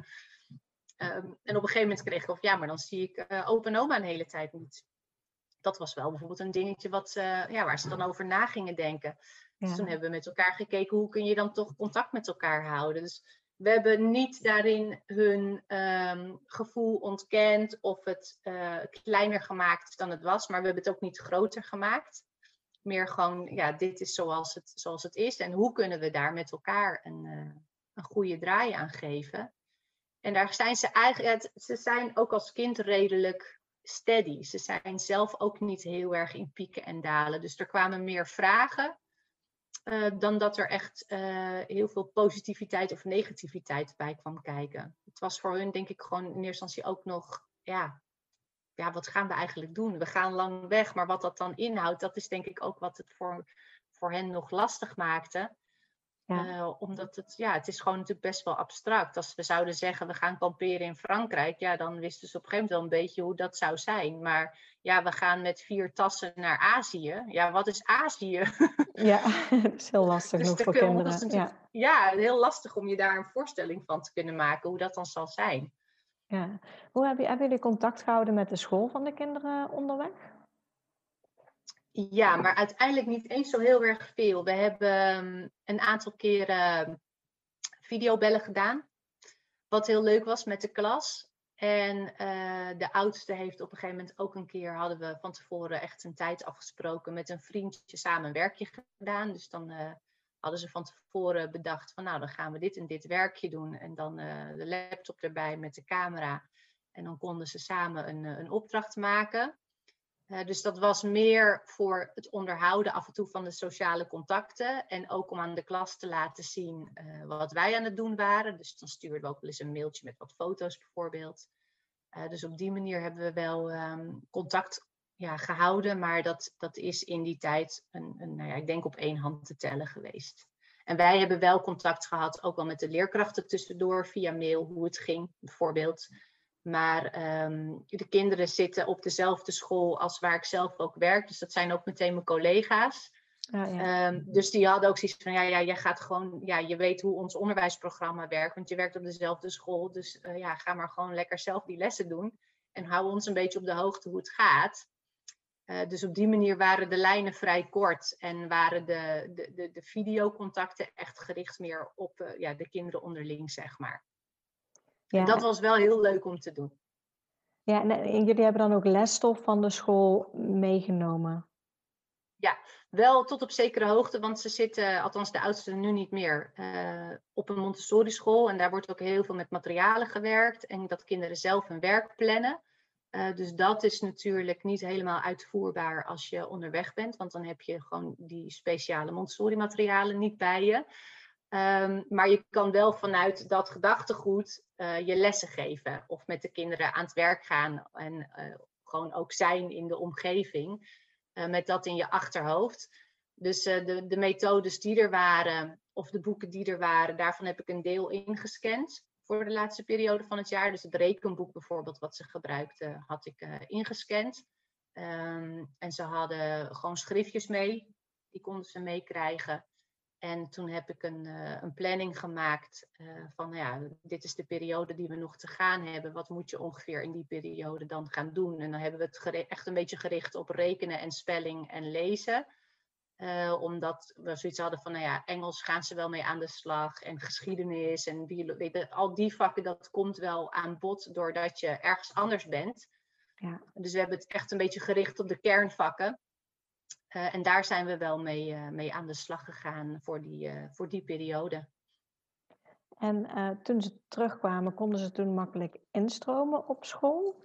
S2: Um, en op een gegeven moment kreeg ik of ja, maar dan zie ik uh, opa en oma een hele tijd niet. Dat was wel bijvoorbeeld een dingetje wat, uh, ja, waar ze dan over na gingen denken. Ja. Dus toen hebben we met elkaar gekeken, hoe kun je dan toch contact met elkaar houden. Dus we hebben niet daarin hun um, gevoel ontkend of het uh, kleiner gemaakt dan het was. Maar we hebben het ook niet groter gemaakt. Meer gewoon, ja, dit is zoals het, zoals het is. En hoe kunnen we daar met elkaar een, uh, een goede draai aan geven. En daar zijn ze eigenlijk, ze zijn ook als kind redelijk... steady. Ze zijn zelf ook niet heel erg in pieken en dalen. Dus er kwamen meer vragen uh, dan dat er echt uh, heel veel positiviteit of negativiteit bij kwam kijken. Het was voor hun denk ik gewoon in eerste instantie ook nog, ja, ja, wat gaan we eigenlijk doen? We gaan lang weg, maar wat dat dan inhoudt, dat is denk ik ook wat het voor, voor hen nog lastig maakte. Ja. Uh, omdat het, ja, het is gewoon natuurlijk best wel abstract. Als we zouden zeggen, we gaan kamperen in Frankrijk, ja, dan wisten ze op een gegeven moment wel een beetje hoe dat zou zijn. Maar ja, we gaan met vier tassen naar Azië. Ja, wat is Azië?
S3: Ja, dat is heel lastig dus nog voor kun, kinderen.
S2: Ja. ja, heel lastig om je daar een voorstelling van te kunnen maken, hoe dat dan zal zijn.
S3: Ja. Hoe heb je, hebben jullie contact gehouden met de school van de kinderen onderweg?
S2: Ja, maar uiteindelijk niet eens zo heel erg veel. We hebben een aantal keren videobellen gedaan. Wat heel leuk was met de klas. En uh, de oudste heeft op een gegeven moment ook een keer... hadden we van tevoren echt een tijd afgesproken... met een vriendje samen een werkje gedaan. Dus dan uh, hadden ze van tevoren bedacht van... nou, dan gaan we dit en dit werkje doen. En dan uh, de laptop erbij met de camera. En dan konden ze samen een, een opdracht maken... Uh, dus dat was meer voor het onderhouden af en toe van de sociale contacten. En ook om aan de klas te laten zien uh, wat wij aan het doen waren. Dus dan stuurden we ook wel eens een mailtje met wat foto's bijvoorbeeld. Uh, dus op die manier hebben we wel um, contact ja, gehouden. Maar dat, dat is in die tijd, een, een, nou ja, ik denk op één hand te tellen geweest. En wij hebben wel contact gehad, ook wel met de leerkrachten tussendoor via mail, hoe het ging bijvoorbeeld. Maar um, de kinderen zitten op dezelfde school als waar ik zelf ook werk. Dus dat zijn ook meteen mijn collega's.
S3: Oh, ja.
S2: Um, dus die hadden ook zoiets van, ja, ja, jij gaat gewoon, ja, je weet hoe ons onderwijsprogramma werkt, want je werkt op dezelfde school. Dus uh, ja, ga maar gewoon lekker zelf die lessen doen. En hou ons een beetje op de hoogte hoe het gaat. Uh, dus op die manier waren de lijnen vrij kort en waren de, de, de, de videocontacten echt gericht meer op uh, ja, de kinderen onderling, zeg maar. Ja. En dat was wel heel leuk om te doen.
S3: Ja, en jullie hebben dan ook lesstof van de school meegenomen?
S2: Ja, wel tot op zekere hoogte, want ze zitten, althans de oudste nu niet meer, uh, op een Montessori school. En daar wordt ook heel veel met materialen gewerkt en dat kinderen zelf hun werk plannen. Uh, dus dat is natuurlijk niet helemaal uitvoerbaar als je onderweg bent, want dan heb je gewoon die speciale Montessori materialen niet bij je. Um, maar je kan wel vanuit dat gedachtegoed uh, je lessen geven of met de kinderen aan het werk gaan en uh, gewoon ook zijn in de omgeving. Uh, met dat in je achterhoofd. Dus uh, de, de methodes die er waren, of de boeken die er waren, daarvan heb ik een deel ingescand voor de laatste periode van het jaar. Dus het rekenboek bijvoorbeeld, wat ze gebruikten, had ik uh, ingescand. Um, en ze hadden gewoon schriftjes mee, die konden ze meekrijgen. En toen heb ik een, uh, een planning gemaakt uh, van, nou ja, dit is de periode die we nog te gaan hebben. Wat moet je ongeveer in die periode dan gaan doen? En dan hebben we het gere- echt een beetje gericht op rekenen en spelling en lezen. Uh, omdat we zoiets hadden van, nou ja, Engels gaan ze wel mee aan de slag. En geschiedenis en biologie, al die vakken, dat komt wel aan bod doordat je ergens anders bent. Ja. Dus we hebben het echt een beetje gericht op de kernvakken. Uh, en daar zijn we wel mee, uh, mee aan de slag gegaan voor die, uh, voor die periode.
S3: En uh, toen ze terugkwamen, konden ze toen makkelijk instromen op school?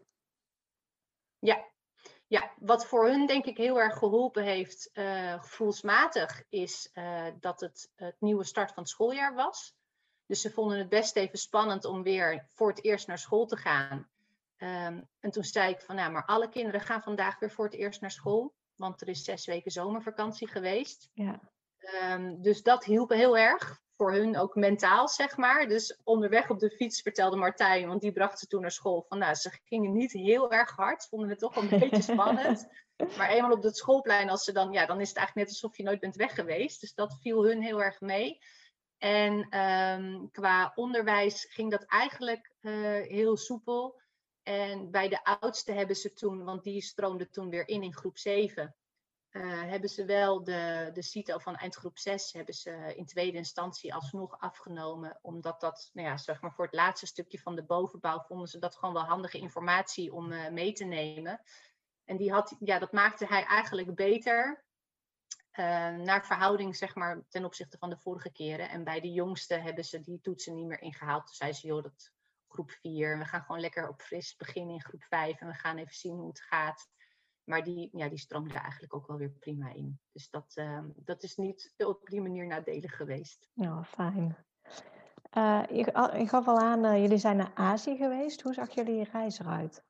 S2: Ja. Ja, wat voor hun denk ik heel erg geholpen heeft, uh, gevoelsmatig, is uh, dat het het nieuwe start van het schooljaar was. Dus ze vonden het best even spannend om weer voor het eerst naar school te gaan. Um, en toen zei ik van, nou, maar alle kinderen gaan vandaag weer voor het eerst naar school. Want er is zes weken zomervakantie geweest.
S3: Ja.
S2: Um, dus dat hielp heel erg. Voor hun ook mentaal, zeg maar. Dus onderweg op de fiets vertelde Martijn, want die bracht ze toen naar school. Van, nou, ze gingen niet heel erg hard. Vonden het toch een beetje spannend. Maar eenmaal op het schoolplein, als ze dan, ja, dan is het eigenlijk net alsof je nooit bent weg geweest. Dus dat viel hun heel erg mee. En um, qua onderwijs ging dat eigenlijk uh, heel soepel. En bij de oudste hebben ze toen, want die stroomde toen weer in in groep zeven. Uh, hebben ze wel de, de CITO van eindgroep zes hebben ze in tweede instantie alsnog afgenomen. Omdat dat, nou ja, zeg maar voor het laatste stukje van de bovenbouw vonden ze dat gewoon wel handige informatie om uh, mee te nemen. En die had, ja, dat maakte hij eigenlijk beter uh, naar verhouding, zeg maar, ten opzichte van de vorige keren. En bij de jongste hebben ze die toetsen niet meer ingehaald. Toen zei ze, joh, dat groep vier. We gaan gewoon lekker op fris beginnen in groep vijf. En we gaan even zien hoe het gaat. Maar die, ja, die stroomde er eigenlijk ook wel weer prima in. Dus dat, uh, dat is niet op die manier nadelig geweest.
S3: Nou, fijn. Uh, je, je gaf al aan, uh, jullie zijn naar Azië geweest. Hoe zag jullie reis eruit?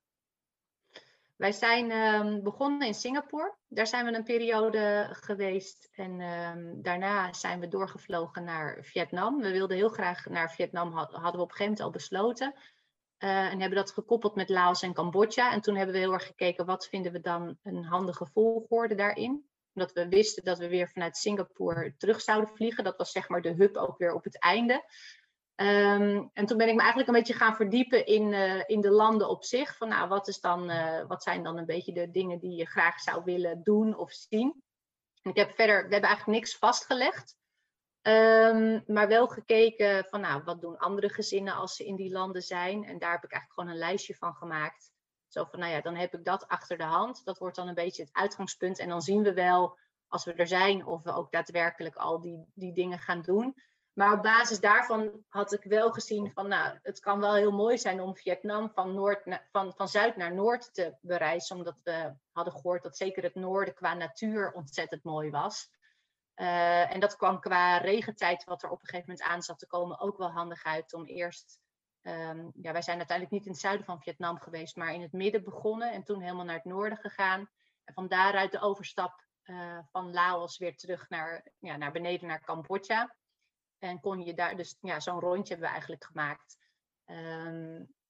S2: Wij zijn um, begonnen in Singapore. Daar zijn we een periode geweest. En um, daarna zijn we doorgevlogen naar Vietnam. We wilden heel graag naar Vietnam, hadden we op een gegeven moment al besloten. Uh, en hebben dat gekoppeld met Laos en Cambodja. En toen hebben we heel erg gekeken, wat vinden we dan een handige volgorde daarin. Omdat we wisten dat we weer vanuit Singapore terug zouden vliegen. Dat was zeg maar de hub ook weer op het einde. Um, en toen ben ik me eigenlijk een beetje gaan verdiepen in, uh, in de landen op zich. Van nou, wat, is dan, uh, wat zijn dan een beetje de dingen die je graag zou willen doen of zien. En ik heb verder, we hebben eigenlijk niks vastgelegd. Um, maar wel gekeken van nou, wat doen andere gezinnen als ze in die landen zijn. En daar heb ik eigenlijk gewoon een lijstje van gemaakt. Zo van nou ja, dan heb ik dat achter de hand. Dat wordt dan een beetje het uitgangspunt. En dan zien we wel, als we er zijn, of we ook daadwerkelijk al die, die dingen gaan doen. Maar op basis daarvan had ik wel gezien van nou, het kan wel heel mooi zijn om Vietnam van, noord na, van, van zuid naar noord te bereizen. Omdat we hadden gehoord dat zeker het noorden qua natuur ontzettend mooi was. Uh, en dat kwam qua regentijd, wat er op een gegeven moment aan zat te komen, ook wel handig uit om eerst... Um, ja, wij zijn uiteindelijk niet in het zuiden van Vietnam geweest, maar in het midden begonnen en toen helemaal naar het noorden gegaan. En van daaruit de overstap uh, van Laos weer terug naar, ja, naar beneden naar Cambodja. En kon je daar dus, ja, zo'n rondje hebben we eigenlijk gemaakt. Um,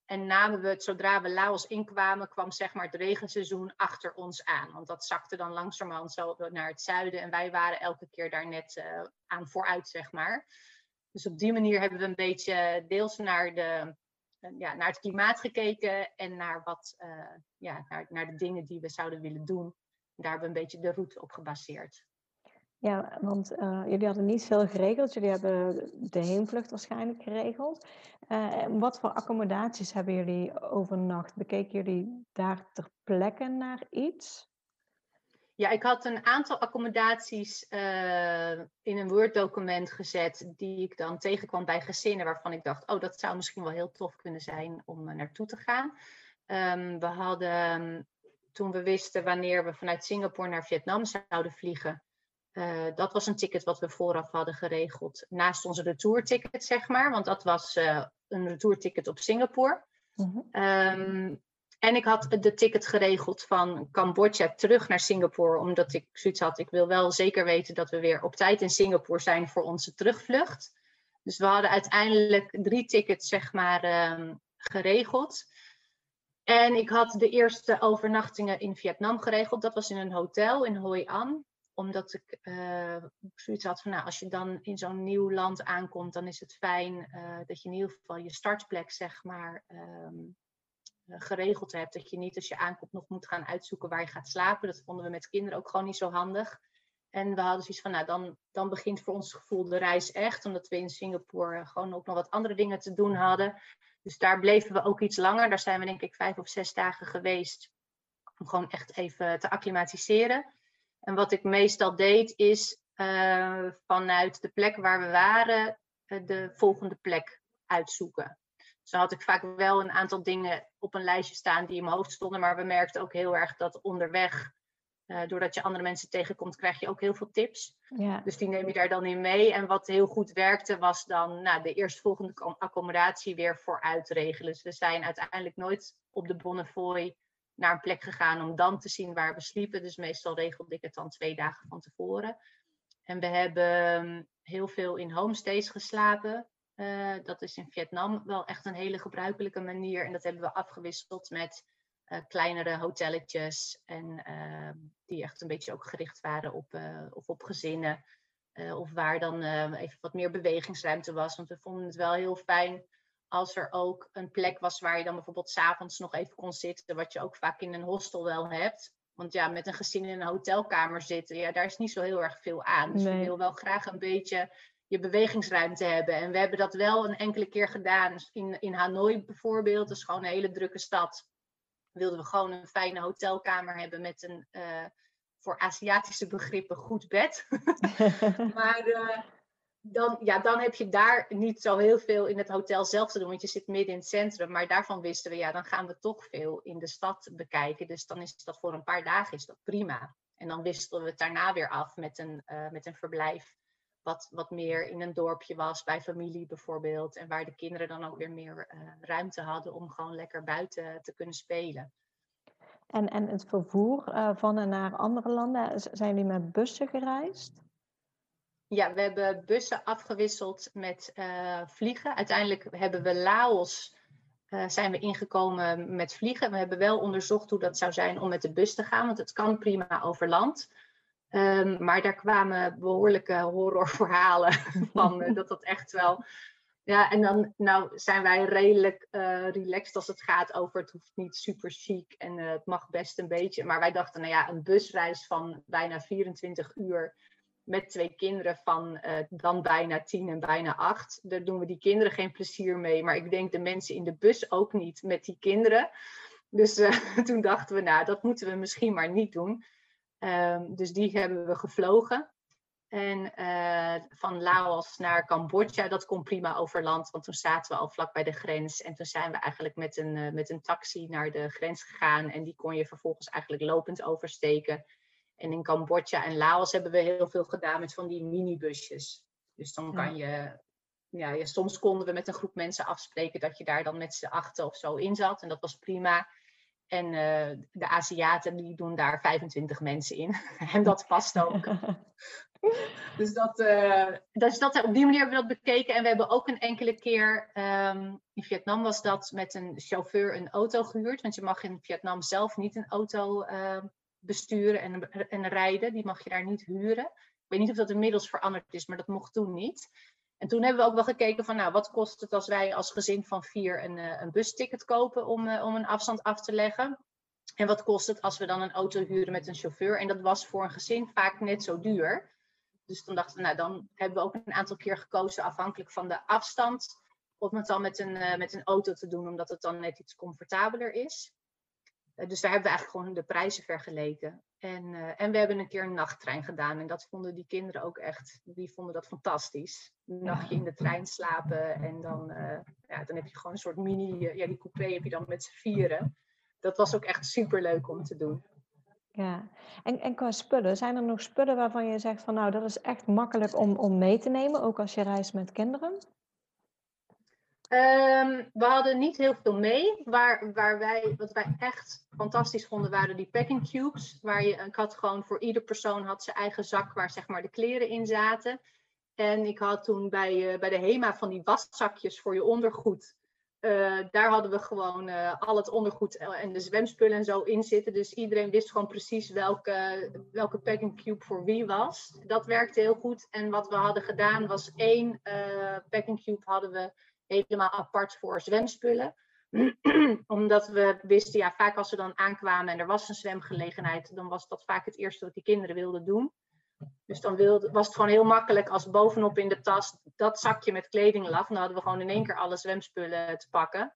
S2: En namen we het, zodra we Laos inkwamen, kwam zeg maar het regenseizoen achter ons aan. Want dat zakte dan langzamerhand zo naar het zuiden. En wij waren elke keer daar net uh, aan vooruit, zeg maar. Dus op die manier hebben we een beetje deels naar, de, uh, ja, naar het klimaat gekeken. En naar, wat, uh, ja, naar, naar de dingen die we zouden willen doen. Daar hebben we een beetje de route op gebaseerd.
S3: Ja, want uh, jullie hadden niet veel geregeld. Jullie hebben de heenvlucht waarschijnlijk geregeld. Uh, wat voor accommodaties hebben jullie overnacht? Bekeken jullie daar ter plekke naar iets?
S2: Ja, ik had een aantal accommodaties uh, in een Word-document gezet die ik dan tegenkwam bij gezinnen waarvan ik dacht, oh, dat zou misschien wel heel tof kunnen zijn om uh, naartoe te gaan. Um, we hadden, toen we wisten wanneer we vanuit Singapore naar Vietnam zouden vliegen, Uh, dat was een ticket wat we vooraf hadden geregeld. Naast onze retourticket, zeg maar. Want dat was uh, een retourticket op Singapore. Mm-hmm. Um, en ik had de ticket geregeld van Cambodja terug naar Singapore. Omdat ik zoiets had, ik wil wel zeker weten dat we weer op tijd in Singapore zijn voor onze terugvlucht. Dus we hadden uiteindelijk drie tickets, zeg maar, um, geregeld. En ik had de eerste overnachtingen in Vietnam geregeld. Dat was in een hotel in Hoi An. Omdat ik uh, zoiets had van, nou, als je dan in zo'n nieuw land aankomt, dan is het fijn uh, dat je in ieder geval je startplek, zeg maar, um, uh, geregeld hebt. Dat je niet als je aankomt nog moet gaan uitzoeken waar je gaat slapen. Dat vonden we met kinderen ook gewoon niet zo handig. En we hadden zoiets van, nou, dan, dan begint voor ons gevoel de reis echt. Omdat we in Singapore gewoon ook nog wat andere dingen te doen hadden. Dus daar bleven we ook iets langer. Daar zijn we denk ik vijf of zes dagen geweest. Om gewoon echt even te acclimatiseren. En wat ik meestal deed is uh, vanuit de plek waar we waren uh, de volgende plek uitzoeken. Dus dan had ik vaak wel een aantal dingen op een lijstje staan die in mijn hoofd stonden. Maar we merkten ook heel erg dat onderweg, uh, doordat je andere mensen tegenkomt, krijg je ook heel veel tips. Ja. Dus die neem je daar dan in mee. En wat heel goed werkte was dan nou, de eerstvolgende accommodatie weer vooruit regelen. Dus we zijn uiteindelijk nooit op de Bonnefoy naar een plek gegaan om dan te zien waar we sliepen. Dus meestal regelde ik het dan twee dagen van tevoren. En we hebben heel veel in homestays geslapen. Uh, dat is in Vietnam wel echt een hele gebruikelijke manier. En dat hebben we afgewisseld met uh, kleinere hotelletjes. En uh, die echt een beetje ook gericht waren op, uh, of op gezinnen. Uh, of waar dan uh, even wat meer bewegingsruimte was. Want we vonden het wel heel fijn als er ook een plek was waar je dan bijvoorbeeld 's avonds nog even kon zitten. Wat je ook vaak in een hostel wel hebt. Want ja, met een gezin in een hotelkamer zitten, ja, daar is niet zo heel erg veel aan. Dus nee. Je wil wel graag een beetje je bewegingsruimte hebben. En we hebben dat wel een enkele keer gedaan. In, in Hanoi bijvoorbeeld, dat is gewoon een hele drukke stad. Wilden we gewoon een fijne hotelkamer hebben met een, uh, voor Aziatische begrippen, goed bed. maar uh, dan, ja, dan heb je daar niet zo heel veel in het hotel zelf te doen, want je zit midden in het centrum. Maar daarvan wisten we, ja, dan gaan we toch veel in de stad bekijken. Dus dan is dat voor een paar dagen is dat prima. En dan wisselen we het daarna weer af met een, uh, met een verblijf wat, wat meer in een dorpje was, bij familie bijvoorbeeld. En waar de kinderen dan ook weer meer uh, ruimte hadden om gewoon lekker buiten te kunnen spelen.
S3: En, en het vervoer uh, van en naar andere landen, zijn jullie met bussen gereisd?
S2: Ja, we hebben bussen afgewisseld met uh, vliegen. Uiteindelijk hebben we Laos, uh, zijn we ingekomen met vliegen. We hebben wel onderzocht hoe dat zou zijn om met de bus te gaan, want het kan prima over land. Um, maar daar kwamen behoorlijke horrorverhalen van, uh, dat dat echt wel... Ja, en dan nou, zijn wij redelijk uh, relaxed als het gaat over het hoeft niet super chic en uh, het mag best een beetje. Maar wij dachten, nou ja, een busreis van bijna vierentwintig uur met twee kinderen van uh, dan bijna tien en bijna acht. Daar doen we die kinderen geen plezier mee. Maar ik denk de mensen in de bus ook niet met die kinderen. Dus uh, toen dachten we, nou, dat moeten we misschien maar niet doen. Um, dus die hebben we gevlogen. En uh, van Laos naar Cambodja, dat kon prima over land. Want toen zaten we al vlak bij de grens. En toen zijn we eigenlijk met een, uh, met een taxi naar de grens gegaan. En die kon je vervolgens eigenlijk lopend oversteken. En in Cambodja en Laos hebben we heel veel gedaan met van die minibusjes. Dus dan kan je... Ja, ja, soms konden we met een groep mensen afspreken dat je daar dan met z'n achten of zo in zat. En dat was prima. En uh, de Aziaten die doen daar vijfentwintig mensen in. En dat past ook. Dus dat, uh, dus dat, op die manier hebben we dat bekeken. En we hebben ook een enkele keer, um, in Vietnam was dat met een chauffeur een auto gehuurd. Want je mag in Vietnam zelf niet een auto uh, besturen en, en rijden. Die mag je daar niet huren. Ik weet niet of dat inmiddels veranderd is, maar dat mocht toen niet. En toen hebben we ook wel gekeken van, nou, wat kost het als wij als gezin van vier een, uh, een busticket kopen om, uh, om een afstand af te leggen. En wat kost het als we dan een auto huren met een chauffeur. En dat was voor een gezin vaak net zo duur. Dus toen dachten we, nou, dan hebben we ook een aantal keer gekozen afhankelijk van de afstand. Om het dan met een, uh, met een auto te doen, omdat het dan net iets comfortabeler is. Uh, dus daar hebben we eigenlijk gewoon de prijzen vergeleken. En, uh, en we hebben een keer een nachttrein gedaan. En dat vonden die kinderen ook echt, die vonden dat fantastisch. Een nachtje in de trein slapen. En dan, uh, ja, dan heb je gewoon een soort mini, uh, ja, die coupé heb je dan met z'n vieren. Dat was ook echt superleuk om te doen.
S3: Ja, en, en qua spullen, zijn er nog spullen waarvan je zegt van nou, dat is echt makkelijk om, om mee te nemen, ook als je reist met kinderen?
S2: Um, we hadden niet heel veel mee. Waar, waar wij, wat wij echt fantastisch vonden, waren die packing cubes. Waar je, ik had gewoon voor ieder persoon had zijn eigen zak waar zeg maar de kleren in zaten. En ik had toen bij, uh, bij de HEMA van die waszakjes voor je ondergoed. Uh, daar hadden we gewoon uh, al het ondergoed en de zwemspullen en zo in zitten. Dus iedereen wist gewoon precies welke, welke packing cube voor wie was. Dat werkte heel goed. En wat we hadden gedaan was één uh, packing cube hadden we helemaal apart voor zwemspullen. Omdat we wisten, ja, vaak als we dan aankwamen en er was een zwemgelegenheid, dan was dat vaak het eerste wat die kinderen wilden doen. Dus dan wilde, was het gewoon heel makkelijk als bovenop in de tas dat zakje met kleding lag. Dan hadden we gewoon in één keer alle zwemspullen te pakken.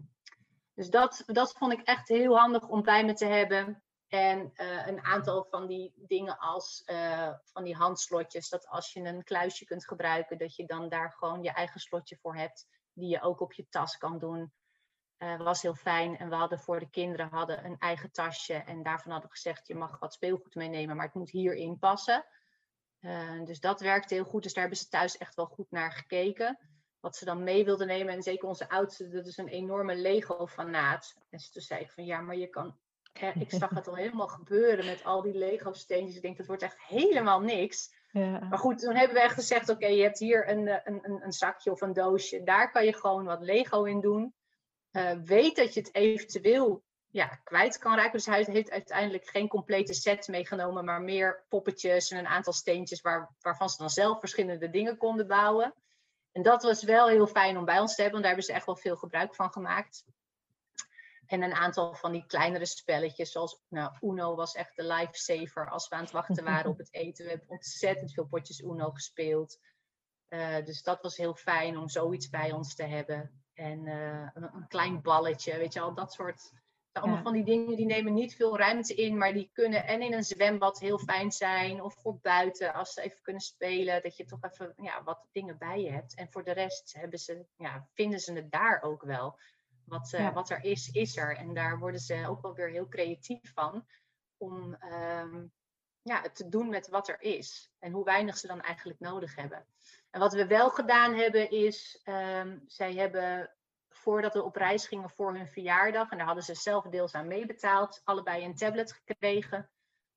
S2: Dus dat, dat vond ik echt heel handig om bij me te hebben. En uh, een aantal van die dingen als uh, van die handslotjes. Dat als je een kluisje kunt gebruiken, dat je dan daar gewoon je eigen slotje voor hebt. Die je ook op je tas kan doen. Uh, was heel fijn. En we hadden voor de kinderen hadden een eigen tasje. En daarvan hadden we gezegd, je mag wat speelgoed meenemen, maar het moet hierin passen. Uh, dus dat werkte heel goed. Dus daar hebben ze thuis echt wel goed naar gekeken. Wat ze dan mee wilden nemen. En zeker onze oudste, dat is een enorme Lego-fanaat. En toen zei ik van, ja, maar je kan... Eh, ik zag het al helemaal gebeuren met al die Lego-steentjes. Ik denk, dat wordt echt helemaal niks. Ja. Maar goed, toen hebben we echt gezegd, oké, okay, je hebt hier een, een, een, een zakje of een doosje. Daar kan je gewoon wat Lego in doen. Uh, weet dat je het eventueel ja, kwijt kan raken. Dus hij heeft uiteindelijk geen complete set meegenomen, maar meer poppetjes en een aantal steentjes waar, waarvan ze dan zelf verschillende dingen konden bouwen. En dat was wel heel fijn om bij ons te hebben, want daar hebben ze echt wel veel gebruik van gemaakt. En een aantal van die kleinere spelletjes, zoals nou, Uno was echt de lifesaver als we aan het wachten waren op het eten. We hebben ontzettend veel potjes Uno gespeeld. Uh, dus dat was heel fijn om zoiets bij ons te hebben. En uh, een, een klein balletje, weet je al, dat soort... Allemaal ja. van die dingen die nemen niet veel ruimte in, maar die kunnen en in een zwembad heel fijn zijn. Of voor buiten, als ze even kunnen spelen, dat je toch even ja, wat dingen bij je hebt. En voor de rest hebben ze, ja, vinden ze het daar ook wel. Wat, uh, ja. wat er is, is er. En daar worden ze ook wel weer heel creatief van. Om um, ja, het te doen met wat er is. En hoe weinig ze dan eigenlijk nodig hebben. En wat we wel gedaan hebben is, um, zij hebben... voordat we op reis gingen voor hun verjaardag. En daar hadden ze zelf deels aan meebetaald. Allebei een tablet gekregen.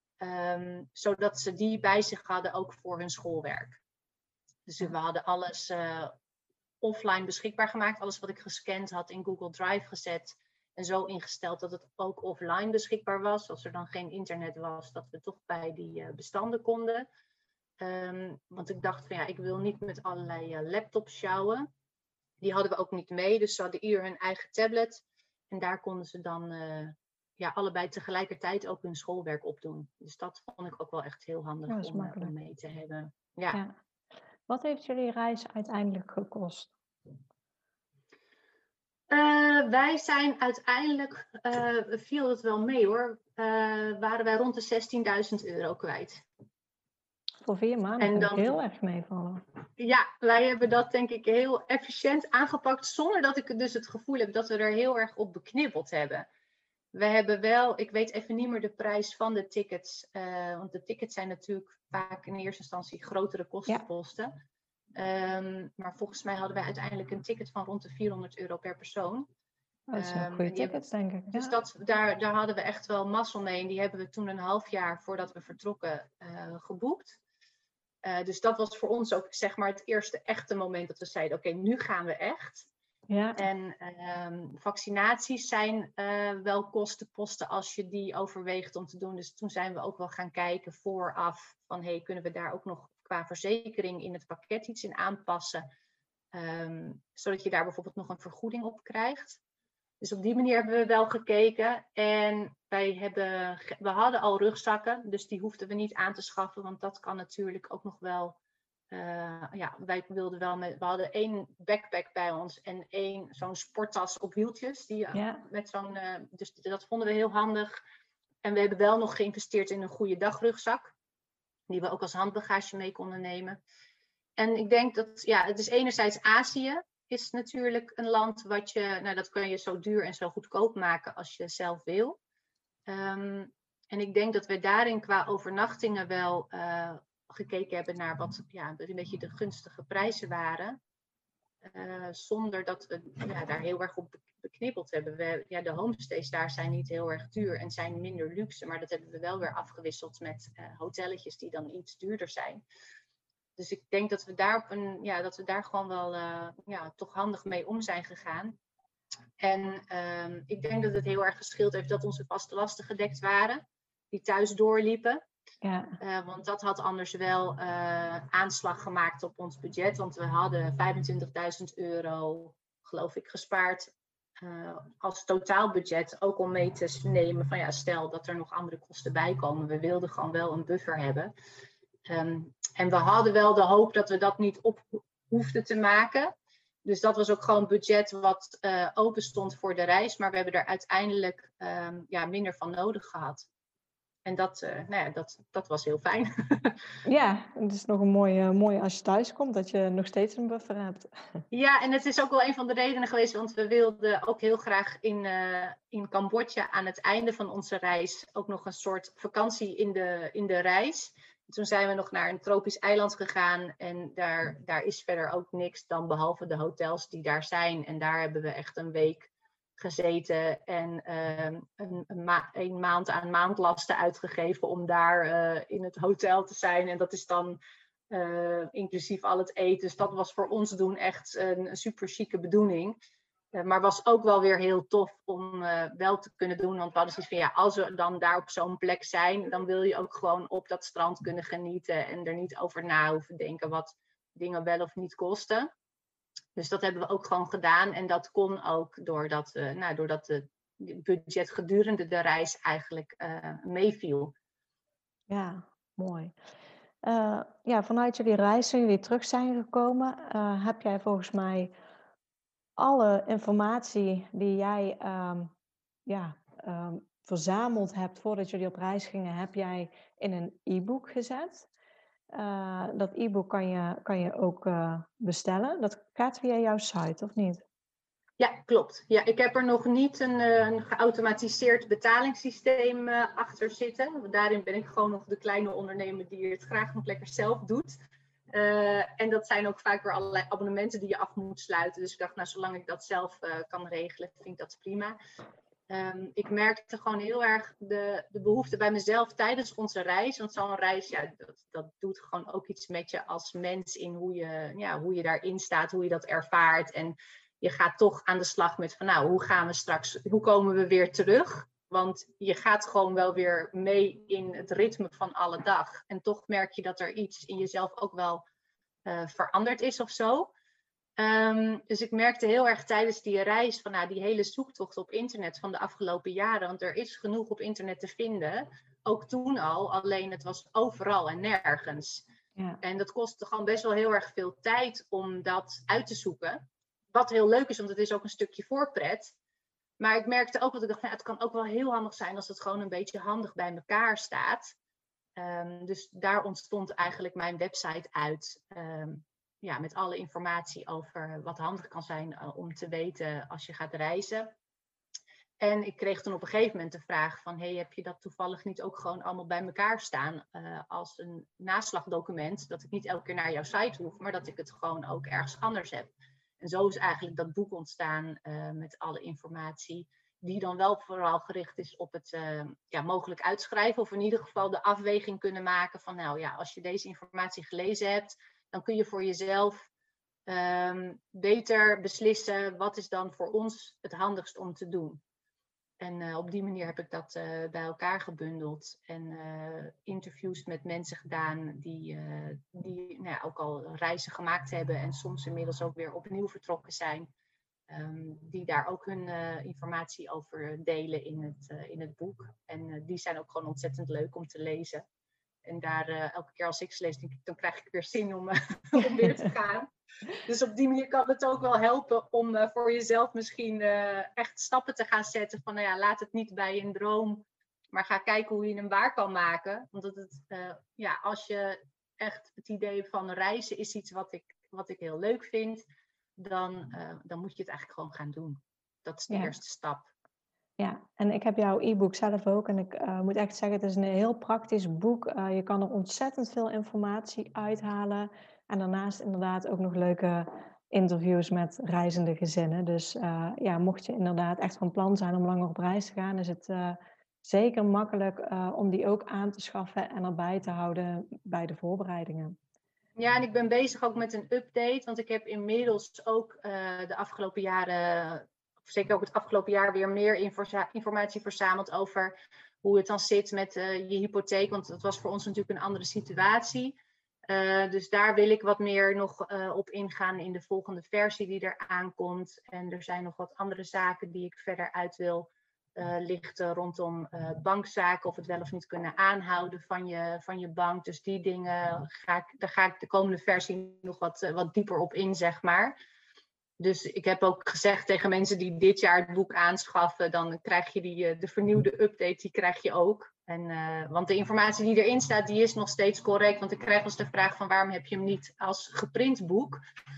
S2: Um, zodat ze die bij zich hadden ook voor hun schoolwerk. Dus we hadden alles uh, offline beschikbaar gemaakt. Alles wat ik gescand had in Google Drive gezet. En zo ingesteld dat het ook offline beschikbaar was. Als er dan geen internet was, dat we toch bij die uh, bestanden konden. Um, want ik dacht van ja, ik wil niet met allerlei uh, laptops sjouwen. Die hadden we ook niet mee, dus ze hadden ieder hun eigen tablet. En daar konden ze dan uh, ja, allebei tegelijkertijd ook hun schoolwerk opdoen. Dus dat vond ik ook wel echt heel handig ja, om, uh, om mee te hebben. Ja. Ja.
S3: Wat heeft jullie reis uiteindelijk gekost?
S2: Uh, wij zijn uiteindelijk, uh, viel het wel mee hoor, uh, waren wij rond de zestienduizend euro kwijt.
S3: Voor vier maanden en dan heel erg meevallen.
S2: Ja, wij hebben dat denk ik heel efficiënt aangepakt. Zonder dat ik dus het gevoel heb dat we er heel erg op beknibbeld hebben. We hebben wel, ik weet even niet meer de prijs van de tickets. Uh, want de tickets zijn natuurlijk vaak in eerste instantie grotere kostenposten. Ja. Um, maar volgens mij hadden wij uiteindelijk een ticket van rond de vierhonderd euro per persoon.
S3: Oh, dat zijn um, goede tickets, hebben, denk ik.
S2: Dus
S3: ja.
S2: dat, daar, daar hadden we echt wel mazzel mee. En die hebben we toen een half jaar voordat we vertrokken uh, geboekt. Uh, dus dat was voor ons ook zeg maar het eerste echte moment dat we zeiden, oké, okay, nu gaan we echt. Ja. En um, vaccinaties zijn uh, wel kostenposten als je die overweegt om te doen. Dus toen zijn we ook wel gaan kijken vooraf van, hey, kunnen we daar ook nog qua verzekering in het pakket iets in aanpassen? Um, zodat je daar bijvoorbeeld nog een vergoeding op krijgt. Dus op die manier hebben we wel gekeken. En wij hebben, we hadden al rugzakken, dus die hoefden we niet aan te schaffen. Want dat kan natuurlijk ook nog wel... Uh, ja, wij wilden wel met, we hadden één backpack bij ons en één zo'n sporttas op wieltjes. Die, ja. met zo'n, uh, dus dat vonden we heel handig. En we hebben wel nog geïnvesteerd in een goede dagrugzak. Die we ook als handbagage mee konden nemen. En ik denk dat, ja, het is enerzijds Azië. Is natuurlijk een land wat je, nou dat kan je zo duur en zo goedkoop maken als je zelf wil. Um, en ik denk dat we daarin qua overnachtingen wel uh, gekeken hebben naar wat ja, een beetje de gunstige prijzen waren. Uh, zonder dat we ja, daar heel erg op beknibbeld hebben. We, ja, de homestays daar zijn niet heel erg duur en zijn minder luxe. Maar dat hebben we wel weer afgewisseld met uh, hotelletjes die dan iets duurder zijn. Dus ik denk dat we daar, op een, ja, dat we daar gewoon wel uh, ja, toch handig mee om zijn gegaan. En um, ik denk dat het heel erg gescheeld heeft dat onze vaste lasten gedekt waren. Die thuis doorliepen. Ja. Uh, want dat had anders wel uh, aanslag gemaakt op ons budget. Want we hadden vijfentwintigduizend euro, geloof ik, gespaard uh, als totaalbudget. Ook om mee te nemen van ja, stel dat er nog andere kosten bij komen. We wilden gewoon wel een buffer hebben. Um, en we hadden wel de hoop dat we dat niet op hoefden te maken. Dus dat was ook gewoon budget wat uh, open stond voor de reis. Maar we hebben er uiteindelijk um, ja, minder van nodig gehad. En dat, uh, nou ja, dat, dat was heel fijn.
S3: Ja, het is nog een mooie, mooie als je thuis komt, dat je nog steeds een buffer hebt.
S2: Ja, en het is ook wel een van de redenen geweest, want we wilden ook heel graag in, uh, in Cambodja aan het einde van onze reis ook nog een soort vakantie in de, in de reis. Toen zijn we nog naar een tropisch eiland gegaan en daar, daar is verder ook niks dan behalve de hotels die daar zijn. En daar hebben we echt een week gezeten en uh, een, een, ma- een maand aan maandlasten uitgegeven om daar uh, in het hotel te zijn. En dat is dan uh, inclusief al het eten. Dus dat was voor ons doen echt een, een super chique bedoeling. Uh, maar was ook wel weer heel tof om uh, wel te kunnen doen. Want we hadden zoiets van, ja, als we dan daar op zo'n plek zijn, dan wil je ook gewoon op dat strand kunnen genieten en er niet over na hoeven denken wat dingen wel of niet kosten. Dus dat hebben we ook gewoon gedaan. En dat kon ook doordat, uh, nou, doordat het budget gedurende de reis eigenlijk uh, meeviel.
S3: Ja, mooi. Uh, ja, vanuit jullie reis, toen jullie terug zijn gekomen, uh, heb jij volgens mij alle informatie die jij um, ja, um, verzameld hebt voordat jullie op reis gingen, heb jij in een e-book gezet. Uh, dat e-book kan je, kan je ook uh, bestellen. Dat gaat via jouw site, of niet?
S2: Ja, klopt. Ja, ik heb er nog niet een, een geautomatiseerd betalingssysteem uh, achter zitten. Daarin ben ik gewoon nog de kleine ondernemer die het graag nog lekker zelf doet. Uh, en dat zijn ook vaak weer allerlei abonnementen die je af moet sluiten. Dus ik dacht, nou, zolang ik dat zelf uh, kan regelen, vind ik dat prima. Um, ik merkte gewoon heel erg de, de behoefte bij mezelf tijdens onze reis. Want zo'n reis, ja, dat, dat doet gewoon ook iets met je als mens in hoe je, ja, hoe je daarin staat, hoe je dat ervaart. En je gaat toch aan de slag met van, nou, hoe gaan we straks, hoe komen we weer terug? Want je gaat gewoon wel weer mee in het ritme van alle dag. En toch merk je dat er iets in jezelf ook wel uh, veranderd is of zo. Um, dus ik merkte heel erg tijdens die reis van nou, die hele zoektocht op internet van de afgelopen jaren. Want er is genoeg op internet te vinden. Ook toen al, alleen het was overal en nergens. Ja. En dat kostte gewoon best wel heel erg veel tijd om dat uit te zoeken. Wat heel leuk is, want het is ook een stukje voorpret. Maar ik merkte ook dat ik dacht, nou, het kan ook wel heel handig zijn als het gewoon een beetje handig bij elkaar staat. Um, dus daar ontstond eigenlijk mijn website uit. Um, ja, met alle informatie over wat handig kan zijn uh, om te weten als je gaat reizen. En ik kreeg toen op een gegeven moment de vraag van, hey, heb je dat toevallig niet ook gewoon allemaal bij elkaar staan uh, als een naslagdocument, dat ik niet elke keer naar jouw site hoef, maar dat ik het gewoon ook ergens anders heb. En zo is eigenlijk dat boek ontstaan uh, met alle informatie die dan wel vooral gericht is op het uh, ja, mogelijk uitschrijven. Of in ieder geval de afweging kunnen maken van, nou ja, als je deze informatie gelezen hebt, dan kun je voor jezelf um, beter beslissen wat is dan voor ons het handigst om te doen. En uh, op die manier heb ik dat uh, bij elkaar gebundeld. En uh, interviews met mensen gedaan die, uh, die nou ja, ook al reizen gemaakt hebben. En soms inmiddels ook weer opnieuw vertrokken zijn. Um, die daar ook hun uh, informatie over delen in het, uh, in het boek. En uh, die zijn ook gewoon ontzettend leuk om te lezen. En daar uh, elke keer als ik ze lees, denk ik, dan krijg ik weer zin om, uh, om weer te gaan. Dus op die manier kan het ook wel helpen om uh, voor jezelf misschien uh, echt stappen te gaan zetten. Van nou ja, laat het niet bij een droom, maar ga kijken hoe je hem waar kan maken. Omdat het, uh, ja, als je echt het idee van reizen is iets wat ik, wat ik heel leuk vind, dan, uh, dan moet je het eigenlijk gewoon gaan doen. Dat is de ja. eerste stap.
S3: Ja, en ik heb jouw e-book zelf ook en ik uh, moet echt zeggen, het is een heel praktisch boek. Uh, je kan er ontzettend veel informatie uithalen. En daarnaast inderdaad ook nog leuke interviews met reizende gezinnen. Dus uh, ja, mocht je inderdaad echt van plan zijn om langer op reis te gaan, is het uh, zeker makkelijk uh, om die ook aan te schaffen en erbij te houden bij de voorbereidingen.
S2: Ja, en ik ben bezig ook met een update, want ik heb inmiddels ook uh, de afgelopen jaren, of zeker ook het afgelopen jaar, weer meer informa- informatie verzameld over hoe het dan zit met uh, je hypotheek. Want dat was voor ons natuurlijk een andere situatie. Uh, dus daar wil ik wat meer nog uh, op ingaan in de volgende versie die er aankomt. En er zijn nog wat andere zaken die ik verder uit wil uh, lichten rondom uh, bankzaken. Of het wel of niet kunnen aanhouden van je, van je bank. Dus die dingen, ga ik, daar ga ik de komende versie nog wat, uh, wat dieper op in, zeg maar. Dus ik heb ook gezegd tegen mensen die dit jaar het boek aanschaffen, dan krijg je die, de vernieuwde update, die krijg je ook. En, uh, want de informatie die erin staat, die is nog steeds correct. Want ik krijg wel eens de vraag van waarom heb je hem niet als geprint boek?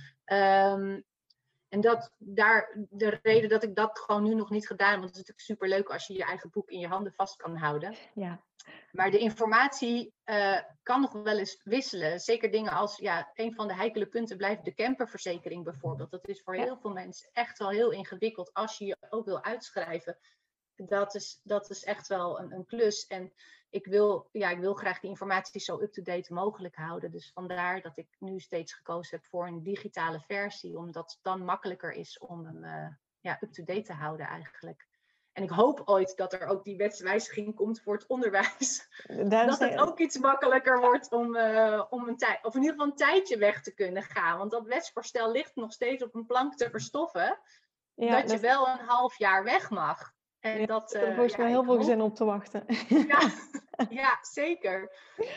S2: Um, en dat, daar, de reden dat ik dat gewoon nu nog niet gedaan heb, want het is natuurlijk superleuk als je je eigen boek in je handen vast kan houden.
S3: Ja.
S2: Maar de informatie uh, kan nog wel eens wisselen. Zeker dingen als, ja, een van de heikele punten blijft de camperverzekering bijvoorbeeld. Dat is voor ja. heel veel mensen echt wel heel ingewikkeld als je je ook wil uitschrijven. Dat is, dat is echt wel een, een klus. En ik wil, ja, ik wil graag die informatie zo up-to-date mogelijk houden. Dus vandaar dat ik nu steeds gekozen heb voor een digitale versie. Omdat het dan makkelijker is om hem uh, ja, up-to-date te houden eigenlijk. En ik hoop ooit dat er ook die wetswijziging komt voor het onderwijs. Daar dat het ook iets makkelijker wordt om, uh, om een tijd, of in ieder geval een tijdje weg te kunnen gaan. Want dat wetsvoorstel ligt nog steeds op een plank te verstoffen. Ja, dat, dat je wel een half jaar weg mag. En
S3: ja,
S2: dat,
S3: uh, er volgens ja, mij heel veel hoop... zin om te wachten.
S2: Ja, ja zeker.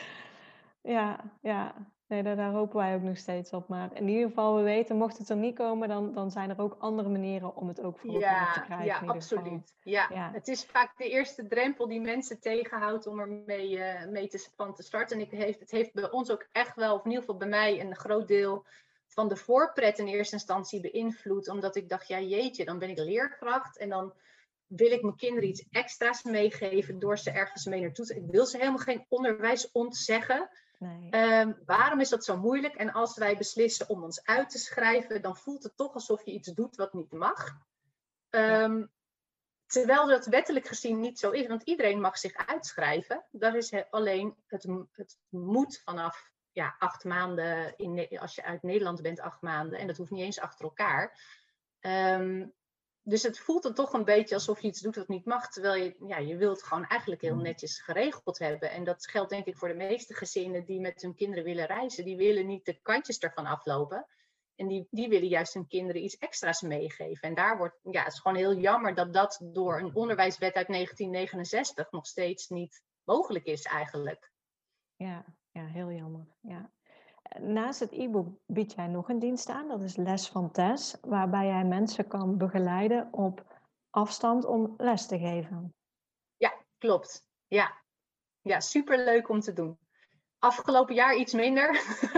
S3: Ja, ja. Nee, daar, daar hopen wij ook nog steeds op. Maar in ieder geval, we weten, mocht het er niet komen, dan, dan zijn er ook andere manieren om het ook voor elkaar
S2: ja,
S3: te krijgen.
S2: Ja, absoluut. Ja. ja, het is vaak de eerste drempel die mensen tegenhoudt om er mee, uh, mee te, van te starten. En ik heeft, het heeft bij ons ook echt wel, of in ieder geval bij mij, een groot deel van de voorpret in eerste instantie beïnvloed. Omdat ik dacht, ja jeetje, dan ben ik leerkracht en dan wil ik mijn kinderen iets extra's meegeven door ze ergens mee naartoe te... Ik wil ze helemaal geen onderwijs ontzeggen. Nee. Um, waarom is dat zo moeilijk? En als wij beslissen om ons uit te schrijven, dan voelt het toch alsof je iets doet wat niet mag. Um, ja. Terwijl dat wettelijk gezien niet zo is, want iedereen mag zich uitschrijven. Dat is alleen, het, het moet vanaf ja, acht maanden, in, als je uit Nederland bent, acht maanden. En dat hoeft niet eens achter elkaar. Um, Dus het voelt dan toch een beetje alsof je iets doet wat niet mag. Terwijl je, ja, je wilt het gewoon eigenlijk heel netjes geregeld hebben. En dat geldt denk ik voor de meeste gezinnen die met hun kinderen willen reizen. Die willen niet de kantjes ervan aflopen. En die, die willen juist hun kinderen iets extra's meegeven. En daar wordt, ja, het is gewoon heel jammer dat dat door een onderwijswet uit negentien negenenzestig nog steeds niet mogelijk is eigenlijk.
S3: Ja, ja, heel jammer. Ja. Naast het e-book bied jij nog een dienst aan, dat is Les van Tess, waarbij jij mensen kan begeleiden op afstand om les te geven.
S2: Ja, klopt. Ja, ja superleuk om te doen. Afgelopen jaar iets minder.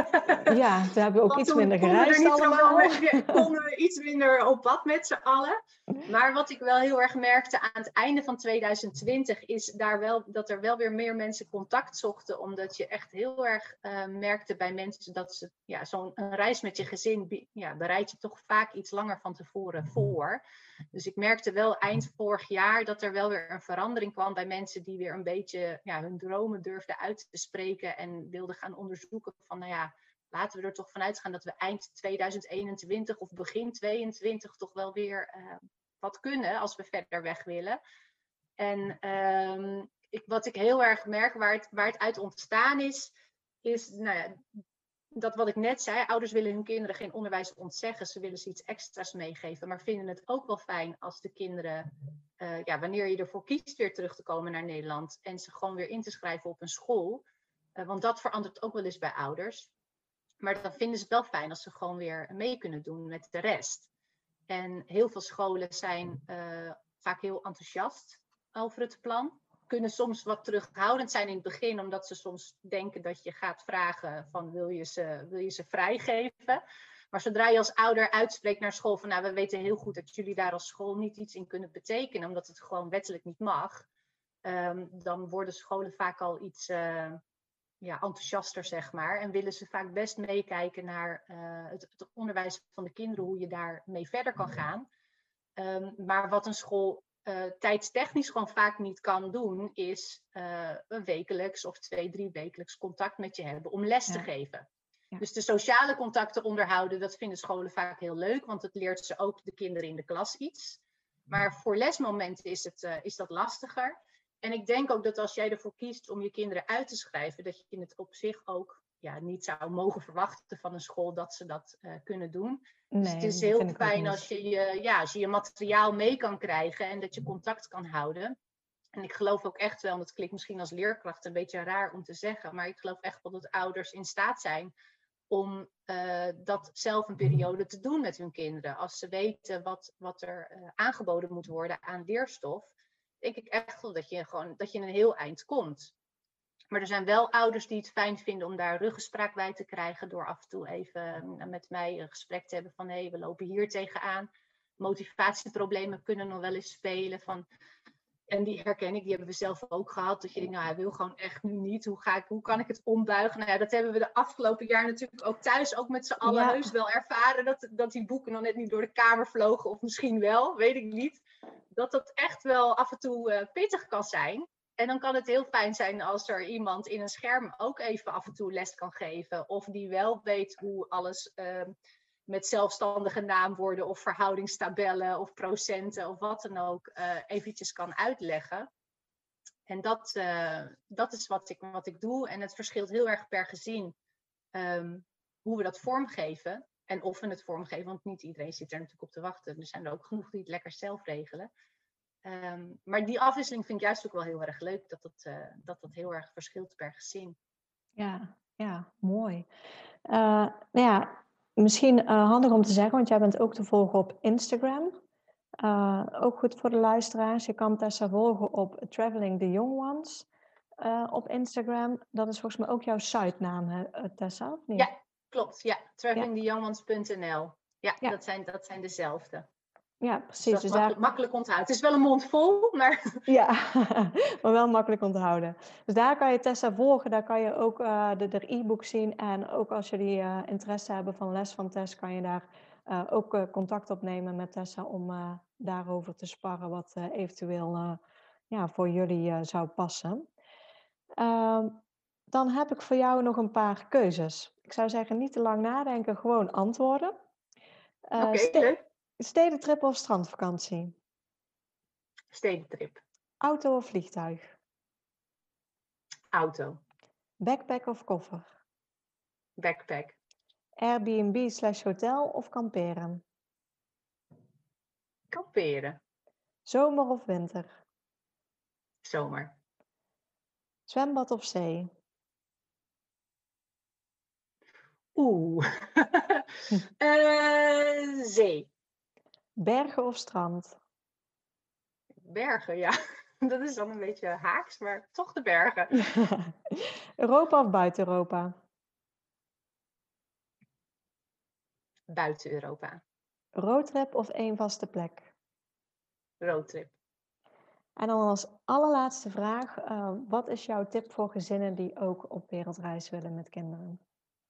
S3: Ja, toen hebben we ook
S2: Want
S3: iets
S2: toen
S3: minder
S2: konden we er
S3: gereisd
S2: niet zoveel
S3: allemaal.
S2: mee- ja, konden we iets minder op pad met z'n allen. Maar wat ik wel heel erg merkte aan het einde van twintig twintig is daar wel, dat er wel weer meer mensen contact zochten. Omdat je echt heel erg uh, merkte bij mensen dat ze ja, zo'n een reis met je gezin ja, bereid je toch vaak iets langer van tevoren voor. Dus ik merkte wel eind vorig jaar dat er wel weer een verandering kwam bij mensen die weer een beetje ja, hun dromen durfden uit te spreken en wilden gaan onderzoeken van nou ja, laten we er toch vanuit gaan dat we eind twintig eenentwintig of begin tweeëntwintig toch wel weer uh, wat kunnen als we verder weg willen. En um, ik, wat ik heel erg merk waar het, waar het uit ontstaan is, is nou ja, dat wat ik net zei, ouders willen hun kinderen geen onderwijs ontzeggen. Ze willen ze iets extra's meegeven, maar vinden het ook wel fijn als de kinderen, uh, ja, wanneer je ervoor kiest weer terug te komen naar Nederland en ze gewoon weer in te schrijven op een school. Uh, want dat verandert ook wel eens bij ouders. Maar dan vinden ze het wel fijn als ze gewoon weer mee kunnen doen met de rest. En heel veel scholen zijn uh, vaak heel enthousiast over het plan. Kunnen soms wat terughoudend zijn in het begin, omdat ze soms denken dat je gaat vragen van wil je ze, wil je ze vrijgeven. Maar zodra je als ouder uitspreekt naar school van nou, we weten heel goed dat jullie daar als school niet iets in kunnen betekenen, omdat het gewoon wettelijk niet mag. Um, dan worden scholen vaak al iets uh, ja, enthousiaster, zeg maar. En willen ze vaak best meekijken naar uh, het, het onderwijs van de kinderen, hoe je daarmee verder kan gaan. Um, maar wat een school uh, tijdstechnisch gewoon vaak niet kan doen, is uh, een wekelijks of twee, drie wekelijks contact met je hebben om les ja. te geven. Ja. Dus de sociale contacten onderhouden, dat vinden scholen vaak heel leuk, want het leert ze ook de kinderen in de klas iets. Maar voor lesmomenten is, het, uh, is dat lastiger. En ik denk ook dat als jij ervoor kiest om je kinderen uit te schrijven, dat je het op zich ook ja, niet zou mogen verwachten van een school dat ze dat uh, kunnen doen. Nee, dus het is heel fijn als je je, ja, als je je materiaal mee kan krijgen en dat je contact kan houden. En ik geloof ook echt wel, en dat klinkt misschien als leerkracht een beetje raar om te zeggen, maar ik geloof echt wel dat ouders in staat zijn om uh, dat zelf een periode te doen met hun kinderen. Als ze weten wat, wat er uh, aangeboden moet worden aan leerstof, denk ik echt wel dat je gewoon dat je een heel eind komt. Maar er zijn wel ouders die het fijn vinden om daar ruggespraak bij te krijgen door af en toe even uh, met mij een gesprek te hebben van hé, hey, we lopen hier tegenaan. Motivatieproblemen kunnen nog wel eens spelen. Van, en die herken ik, die hebben we zelf ook gehad. Dat je denkt, nou hij wil gewoon echt nu niet. Hoe, ga ik, hoe kan ik het ombuigen? Nou ja, dat hebben we de afgelopen jaar natuurlijk ook thuis, ook met z'n allen ja. heus wel ervaren. Dat, dat die boeken nog net niet door de kamer vlogen. Of misschien wel, weet ik niet. Dat dat echt wel af en toe uh, pittig kan zijn. En dan kan het heel fijn zijn als er iemand in een scherm ook even af en toe les kan geven. Of die wel weet hoe alles uh, met zelfstandige naamwoorden of verhoudingstabellen of procenten of wat dan ook uh, eventjes kan uitleggen. En dat, uh, dat is wat ik, wat ik doe. En het verschilt heel erg per gezin um, hoe we dat vormgeven. En of we het vormgeven, want niet iedereen zit er natuurlijk op te wachten. Er zijn er ook genoeg die het lekker zelf regelen. Um, maar die afwisseling vind ik juist ook wel heel erg leuk. Dat dat, uh, dat, dat heel erg verschilt per gezin.
S3: Ja, ja, mooi. Uh, nou ja, misschien uh, handig om te zeggen, want jij bent ook te volgen op Instagram. Uh, ook goed voor de luisteraars. Je kan Tessa volgen op Traveling the Young Ones uh, op Instagram. Dat is volgens mij ook jouw sitenaam, hè, Tessa, of niet?
S2: Ja, klopt. Ja, traveling the young ones punt n l. Ja,
S3: ja. Dat,
S2: zijn, dat zijn dezelfde.
S3: Ja, precies.
S2: Dus dat
S3: dus
S2: is makkelijk,
S3: daar...
S2: makkelijk onthouden. Het is wel een mond vol, maar...
S3: Ja, maar wel makkelijk onthouden. Dus daar kan je Tessa volgen. Daar kan je ook uh, de, de e-book zien. En ook als jullie uh, interesse hebben van les van Tess, kan je daar uh, ook uh, contact opnemen met Tessa om uh, daarover te sparren wat uh, eventueel uh, ja, voor jullie uh, zou passen. Uh, dan heb ik voor jou nog een paar keuzes. Ik zou zeggen, niet te lang nadenken, gewoon antwoorden.
S2: Uh, Oké, okay, ste- leuk.
S3: Stedentrip of strandvakantie?
S2: Stedentrip.
S3: Auto of vliegtuig?
S2: Auto.
S3: Backpack of koffer?
S2: Backpack.
S3: Airbnb slash hotel of kamperen?
S2: Kamperen.
S3: Zomer of winter?
S2: Zomer.
S3: Zwembad of zee?
S2: Oeh. uh, zee.
S3: Bergen of strand?
S2: Bergen, ja. Dat is dan een beetje haaks, maar toch de bergen.
S3: Europa of buiten Europa?
S2: Buiten Europa.
S3: Roadtrip of één vaste plek?
S2: Roadtrip.
S3: En dan als allerlaatste vraag, uh, wat is jouw tip voor gezinnen die ook op wereldreis willen met kinderen?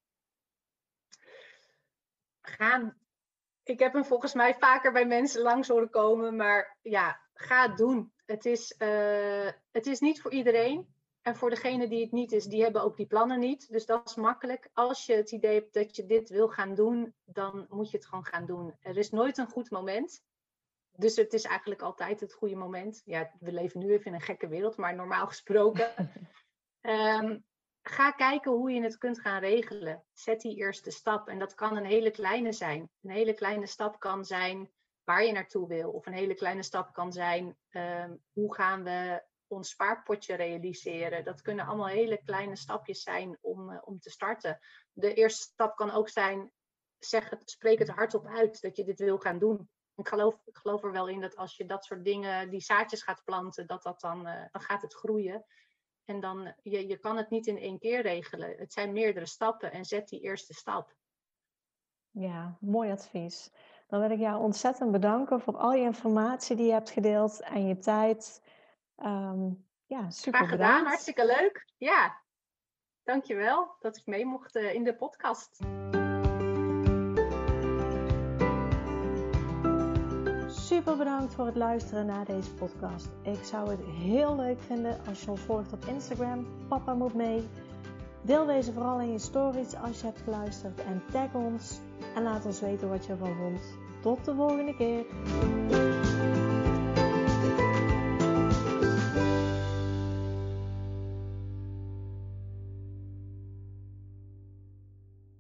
S2: Gaan. Ik heb hem volgens mij vaker bij mensen langs horen komen, maar ja, ga het doen. Het is, uh, het is niet voor iedereen. En voor degene die het niet is, die hebben ook die plannen niet. Dus dat is makkelijk. Als je het idee hebt dat je dit wil gaan doen, dan moet je het gewoon gaan doen. Er is nooit een goed moment. Dus het is eigenlijk altijd het goede moment. Ja, we leven nu even in een gekke wereld, maar normaal gesproken. um, ga kijken hoe je het kunt gaan regelen. Zet die eerste stap. En dat kan een hele kleine zijn. Een hele kleine stap kan zijn waar je naartoe wil. Of een hele kleine stap kan zijn, um, hoe gaan we ons spaarpotje realiseren. Dat kunnen allemaal hele kleine stapjes zijn om, uh, om te starten. De eerste stap kan ook zijn, zeg het, spreek het hardop uit dat je dit wil gaan doen. Ik geloof, ik geloof er wel in dat als je dat soort dingen, die zaadjes gaat planten, dat dat dan, uh, dan gaat het groeien. En dan, je, je kan het niet in één keer regelen. Het zijn meerdere stappen en zet die eerste stap.
S3: Ja, mooi advies. Dan wil ik jou ontzettend bedanken voor al je informatie die je hebt gedeeld en je tijd. Um, ja, super
S2: Graag gedaan,
S3: bedankt.
S2: hartstikke leuk. Ja, dankjewel dat ik mee mocht uh, in de podcast.
S3: Super bedankt voor het luisteren naar deze podcast. Ik zou het heel leuk vinden als je ons volgt op Instagram, Papa Moet Mee. Deel deze vooral in je stories als je hebt geluisterd en tag ons. En laat ons weten wat je ervan vond. Tot de volgende keer.